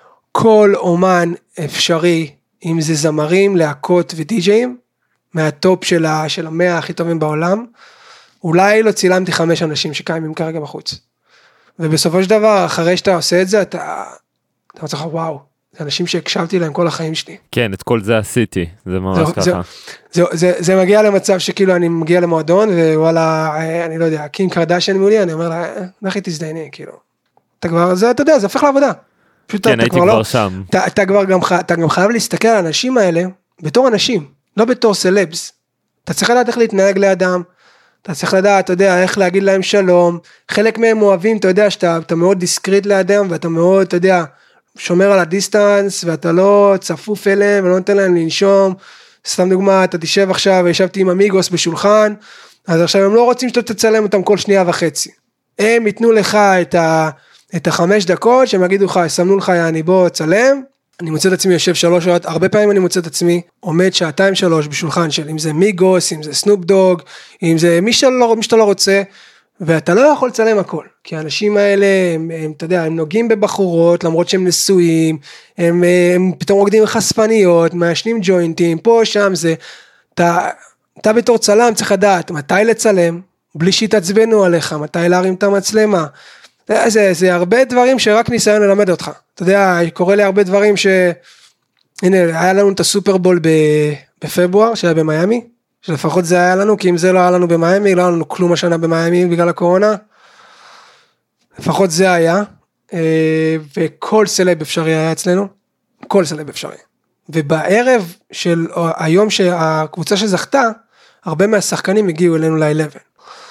כל אומן אפשרי, אם זה זמרים, להקות ודי-ג'אים, מהטופ של 100 הכי טובים בעולם, אולי לא צילמתי 5 אנשים שקיימים כרגע בחוץ. ובסופו של דבר, אחרי שאתה עושה את זה, אתה רוצה לך, וואו, זה אנשים שהקשבתי להם כל החיים שלי. כן, את כל זה עשיתי, זה ממש ככה. זה מגיע למצב שכאילו אני מגיע למועדון, ווואלה, אני לא יודע, קים קרדשן מולי, אני אומר לה, לכי תזדייני, כאילו. אתה כבר, אתה יודע, זה הופך לעבודה. כן, הייתי כבר שם. אתה גם חייב להסתכל על האנשים האלה, בתור אנשים, לא בתור סלבס. אתה צריך לדעת איך להתנהג לאדם, אתה צריך לדעת, אתה יודע, איך להגיד להם שלום, חלק מהם אוהבים, אתה יודע, שאתה מאוד דיסקריט לאדם, ואתה מאוד, אתה יודע, שומר על הדיסטנס, ואתה לא צפוף אליהם, ולא נותן להם לנשום, סתם דוגמה, אתה תשב עכשיו, וישבתי עם אמיגוס בשולחן, אז עכשיו הם לא רוצים שאתה תצלם אותם כל שנייה וחצי, הם ייתנו לך את 5 דקות, שהם יגידו לך, יסמנו לך יעני בוא צלם, אני מוצא את עצמי יושב 3 שעות, הרבה פעמים אני מוצא את עצמי, עומד 2-3 בשולחן של, אם זה מיגוס, אם זה סנופ דוג, אם זה מי שאתה לא רוצה, ואתה לא יכול לצלם הכל, כי האנשים האלה, הם, אתה יודע, הם נוגעים בבחורות, למרות שהם נשואים, הם פתאום רוקדים חשפניות, מעשנים ג'וינטים, פה, שם, זה, אתה בתור צלם צריך לדעת, מתי לצלם, בלי שיתעצבנו עליך, מתי להרים את המצלמה, זה הרבה דברים שרק ניסיון ללמד אותך, אתה יודע, קורא לי הרבה דברים הנה, היה לנו את הסופרבול בפברואר, שהיה במיימי, שלפחות זה היה לנו, כי אם זה לא היה לנו במיימי, לא היה לנו כלום השנה במיימי בגלל הקורונה, לפחות זה היה, וכל סלב אפשרי היה אצלנו, כל סלב אפשרי, ובערב של היום שהקבוצה שזכתה, הרבה מהשחקנים הגיעו אלינו ל-11,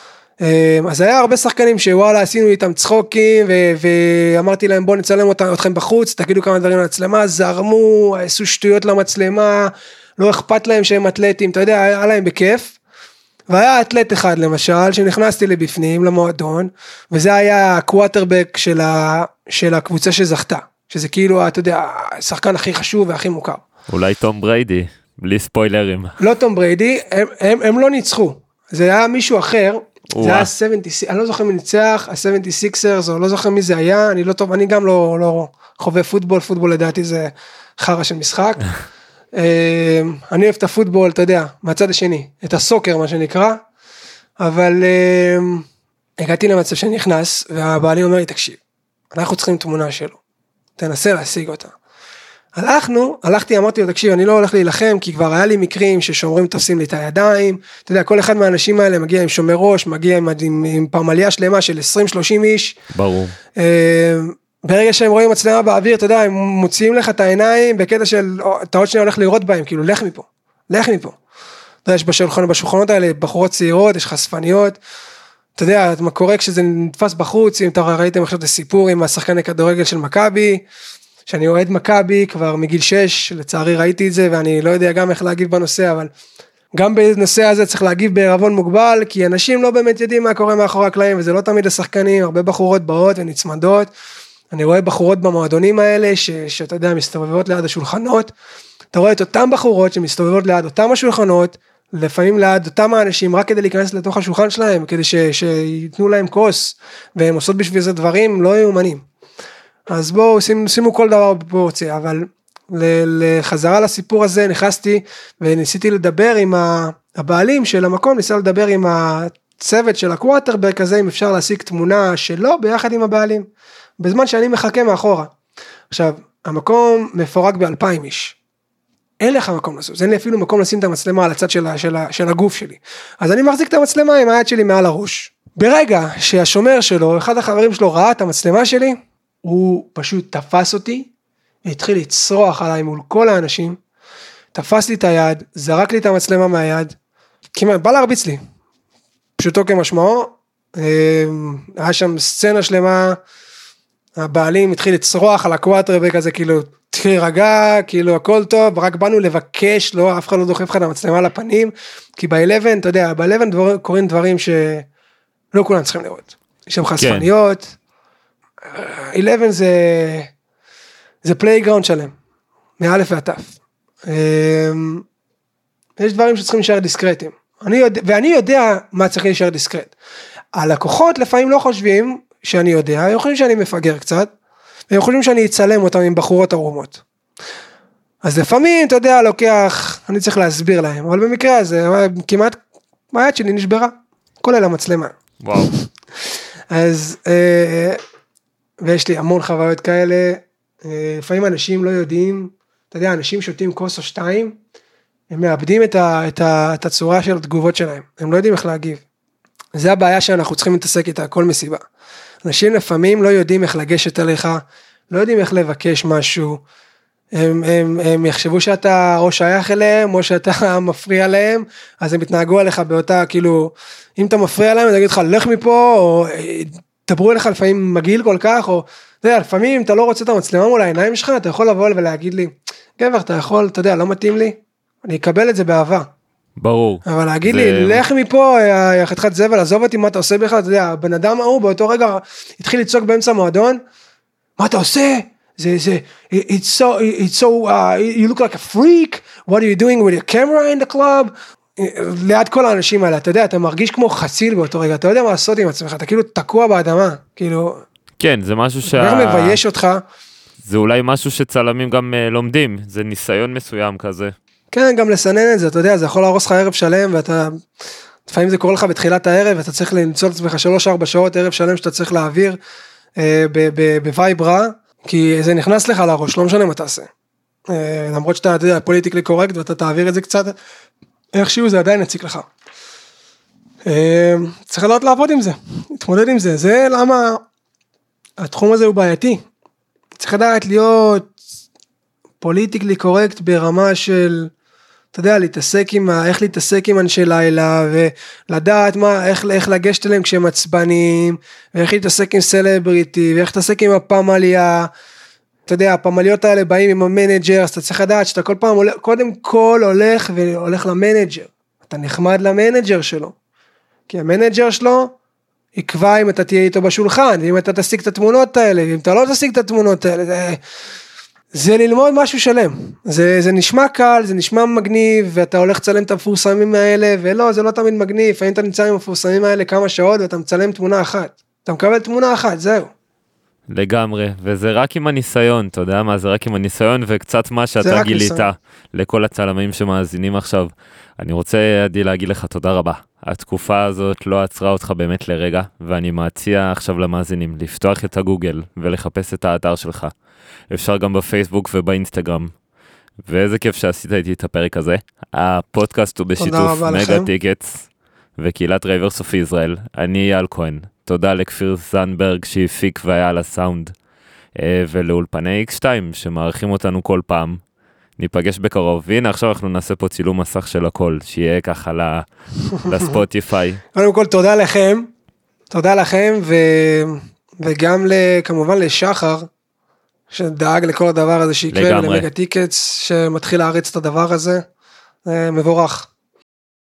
אז היה הרבה שחקנים שוואלה עשינו איתם צחוקים ואמרתי להם בוא נצלם אתכם בחוץ, תגידו כמה דברים למצלמה, זרמו, עשו שטויות למצלמה, לא אכפת להם שהם אתלטים, אתה יודע, היה להם בכיף, והיה אתלט אחד למשל, שנכנסתי לבפנים למועדון, וזה היה הקווטרבק של הקבוצה שזכתה, שזה כאילו, אתה יודע, השחקן הכי חשוב והכי מוכר. אולי תום בריידי, בלי ספוילרים. לא תום בריידי, הם לא ניצחו, זה היה מישהו אחר, זה היה 76, אני לא זוכר מי ניצח, ה-76ers, או לא זוכר מי זה היה, אני לא טוב, אני גם לא חווה פוטבול לדעתי זה חרא של משחק, אני אוהב את הפוטבול, אתה יודע, מהצד השני, את הסוקר מה שנקרא, אבל הגעתי למצב שאני נכנס, והבעלי אומר לי, תקשיב, אנחנו צריכים תמונה שלו, תנסה להשיג אותה. הלכתי, אמרתי לו, תקשיב, אני לא הולך להילחם, כי כבר היה לי מקרים ששומרים תופסים לי את הידיים, אתה יודע, כל אחד מהאנשים האלה מגיע עם שומר ראש, מגיע עם פרמליה שלמה של 20-30 איש. ברור. ברגע שהם רואים מצלמה באוויר, אתה יודע, הם מוציאים לך את העיניים, בקטע של, אתה עוד שנייה הולך לראות בהם, כאילו, לך מפה. אתה יודע, יש בשולחנות האלה, בחורות צעירות, יש חשפניות, אתה יודע, מה קורה כשזה נתפס בחוץ, אם אתה ראיתם עכשיו את הסיפור עם השחקן הכדורגל של מכבי, שאני אוהד מכבי כבר מגיל 6, לצערי ראיתי את זה, ואני לא יודע גם איך להגיב בנושא, אבל גם בנושא הזה צריך להגיב בערבון מוגבל, כי אנשים לא באמת יודעים מה קורה מאחורי הקלעים, וזה לא תמיד השחקנים, הרבה בחורות באות ונצמדות, אני רואה בחורות במועדונים האלה, שאתה יודע, מסתובבות ליד השולחנות, אתה רואה את אותם בחורות שמסתובבות ליד אותם השולחנות, לפעמים ליד אותם האנשים, רק כדי להיכנס לתוך השולחן שלהם, כדי שיתנו להם כוס, והם עושות בשביל זה דברים לא יאומנים. אז בואו, שימו כל דבר בפרופורציה, אבל לחזרה לסיפור הזה, נכנסתי וניסיתי לדבר עם הבעלים של המקום, ניסה לדבר עם הצוות של הקווטרבק הזה, אם אפשר להשיג תמונה שלו ביחד עם הבעלים, בזמן שאני מחכה מאחורה. עכשיו, המקום מפורק ב2,000 איש, אין לך מקום לעשות, אין לי אפילו מקום לשים את המצלמה על הצד של הגוף שלי, אז אני מחזיק את המצלמה עם היד שלי מעל הראש, ברגע שהשומר שלו, אחד החברים שלו ראה את המצלמה שלי, הוא פשוט תפס אותי, והתחיל לצרוח עליי מול כל האנשים, תפס לי את היד, זרק לי את המצלמה מהיד, כמעט בא להרביץ לי, פשוטו כמשמעו, היה שם סצנה שלמה, הבעלים התחיל לצרוח על הקווטרבק הזה, כאילו, תירגע, כאילו הכל טוב, רק באנו לבקש, לא, אף אחד לא דוחף לך את המצלמה לפנים, כי ב-11, אתה יודע, ב-11 קוראים דברים שלא כולם צריכים לראות, יש שם חשפניות, 11 זה פלייגראונד שלם, מאלף ועד תף. יש דברים שצריכים להישאר דיסקרטים, ואני יודע מה צריך להישאר דיסקרט. הלקוחות לפעמים לא חושבים שאני יודע, הם חושבים שאני מפגר קצת, והם חושבים שאני אצלם אותם עם בחורות ערומות. אז לפעמים, אתה יודע, לוקח, אני צריך להסביר להם, אבל במקרה הזה, כמעט, היד שלי נשברה, כולל המצלמה. וואו. אז, ויש לי המון חוויות כאלה, לפעמים אנשים לא יודעים, אתה יודע, אנשים שותים כוס או 2, הם מאבדים את הצורה של התגובות שלהם, הם לא יודעים איך להגיב. זה הבעיה שאנחנו צריכים להתעסק איתה, כל מסיבה. אנשים לפעמים לא יודעים איך לגשת עליך, לא יודעים איך לבקש משהו, הם יחשבו שאתה או שייך אליהם, או שאתה מפריע להם, אז הם יתנהגו עליך באותה, כאילו, אם אתה מפריע להם, אני אגיד לך, לך מפה, או דברו אליך לפעמים מגעיל כל כך, או אתה יודע, לפעמים אם אתה לא רוצה את המצלמה מול העיניים שלך, אתה יכול לבוא ולהגיד לי, גבר, אתה יכול, אתה יודע, לא מתאים לי, אני אקבל את זה באהבה. ברור. אבל להגיד לי, לך מפה, חתיכת זבל, עזוב אותי מה אתה עושה בכלל, אתה יודע, הבן אדם ההוא באותו רגע התחיל לצעוק באמצע המועדון, מה אתה עושה? It's so, you look like a freak, what are you doing with your camera in the club? ליד כל האנשים האלה, אתה יודע, אתה מרגיש כמו חסיל באותו רגע, אתה יודע מה לעשות עם עצמך, אתה כאילו תקוע באדמה, כאילו... כן, זה משהו איך מבייש אותך. זה אולי משהו שצלמים גם לומדים, זה ניסיון מסוים כזה. כן, גם לסנן את זה, אתה יודע, זה יכול להרוס לך ערב שלם, ואתה, לפעמים זה קורה לך בתחילת הערב, ואתה צריך למצוא את עצמך 3-4 שעות ערב שלם, שאתה צריך להעביר בווייב רע, כי זה נכנס לך לראש, לא משנה מה תעשה. למרות שאתה, אתה יודע, פוליטיקלי קורקט, ואתה תעביר את זה קצת, איכשהו זה עדיין יציק לך. צריך לדעת לעבוד עם זה, להתמודד עם זה, זה למה התחום הזה הוא בעייתי. צריך לדעת להיות פוליטיקלי קורקט ברמה של, אתה יודע, איך להתעסק עם אנשי לילה, ולדעת איך לגשת אליהם כשהם עצבנים, ואיך להתעסק עם סלבריטי, ואיך להתעסק עם הפמליה, אתה יודע, הפמליות האלה באים עם המנג'ר, אז אתה צריך לדעת שאתה כל פעם, קודם כל הולך למנג'ר, אתה נחמד למנג'ר שלו, כי המנג'ר שלו, יקבע אם אתה תהיה איתו בשולחן, ואם אתה תשיג את התמונות האלה, ואם אתה לא תשיג את התמונות האלה, זה ללמוד משהו שלם, זה נשמע קל, זה נשמע מגניב, ואתה הולך לצלם את המפורסמים האלה, ולא, זה לא תמיד מגניב, לפעמים אתה נמצא עם המפורסמים האלה כמה שעות, ואתה מצלם תמונה אחת, אתה מקבל תמונה אחת, זהו. לגמרי, וזה רק עם הניסיון, אתה יודע מה, זה רק עם הניסיון, וקצת מה שאתה גילית לכל הצלמים שמאזינים עכשיו. אני רוצה, עדי, להגיד לך תודה רבה. התקופה הזאת לא עצרה אותך באמת לרגע, ואני מציע עכשיו למאזינים לפתוח את הגוגל ולחפש את האתר שלך. אפשר גם בפייסבוק ובאינסטגרם. ואיזה כיף שעשית איתי את הפרק הזה. הפודקאסט הוא בשיתוף מגה טיקטס וקהילת רייברס אוף ישראל. אני אייל כהן. תודה לכפיר זנברג שהפיק והיה על הסאונד. ולאולפני X2 שמערכים אותנו כל פעם. ניפגש בקרוב, והנה עכשיו אנחנו נעשה פה צילום מסך של הכל, שיהיה ככה לספוטיפיי. קודם כל תודה לכם, וגם כמובן לשחר, שדאג לכל הדבר הזה שיקרה, ולמגה טיקטס שמתחיל להריץ את הדבר הזה, מבורך.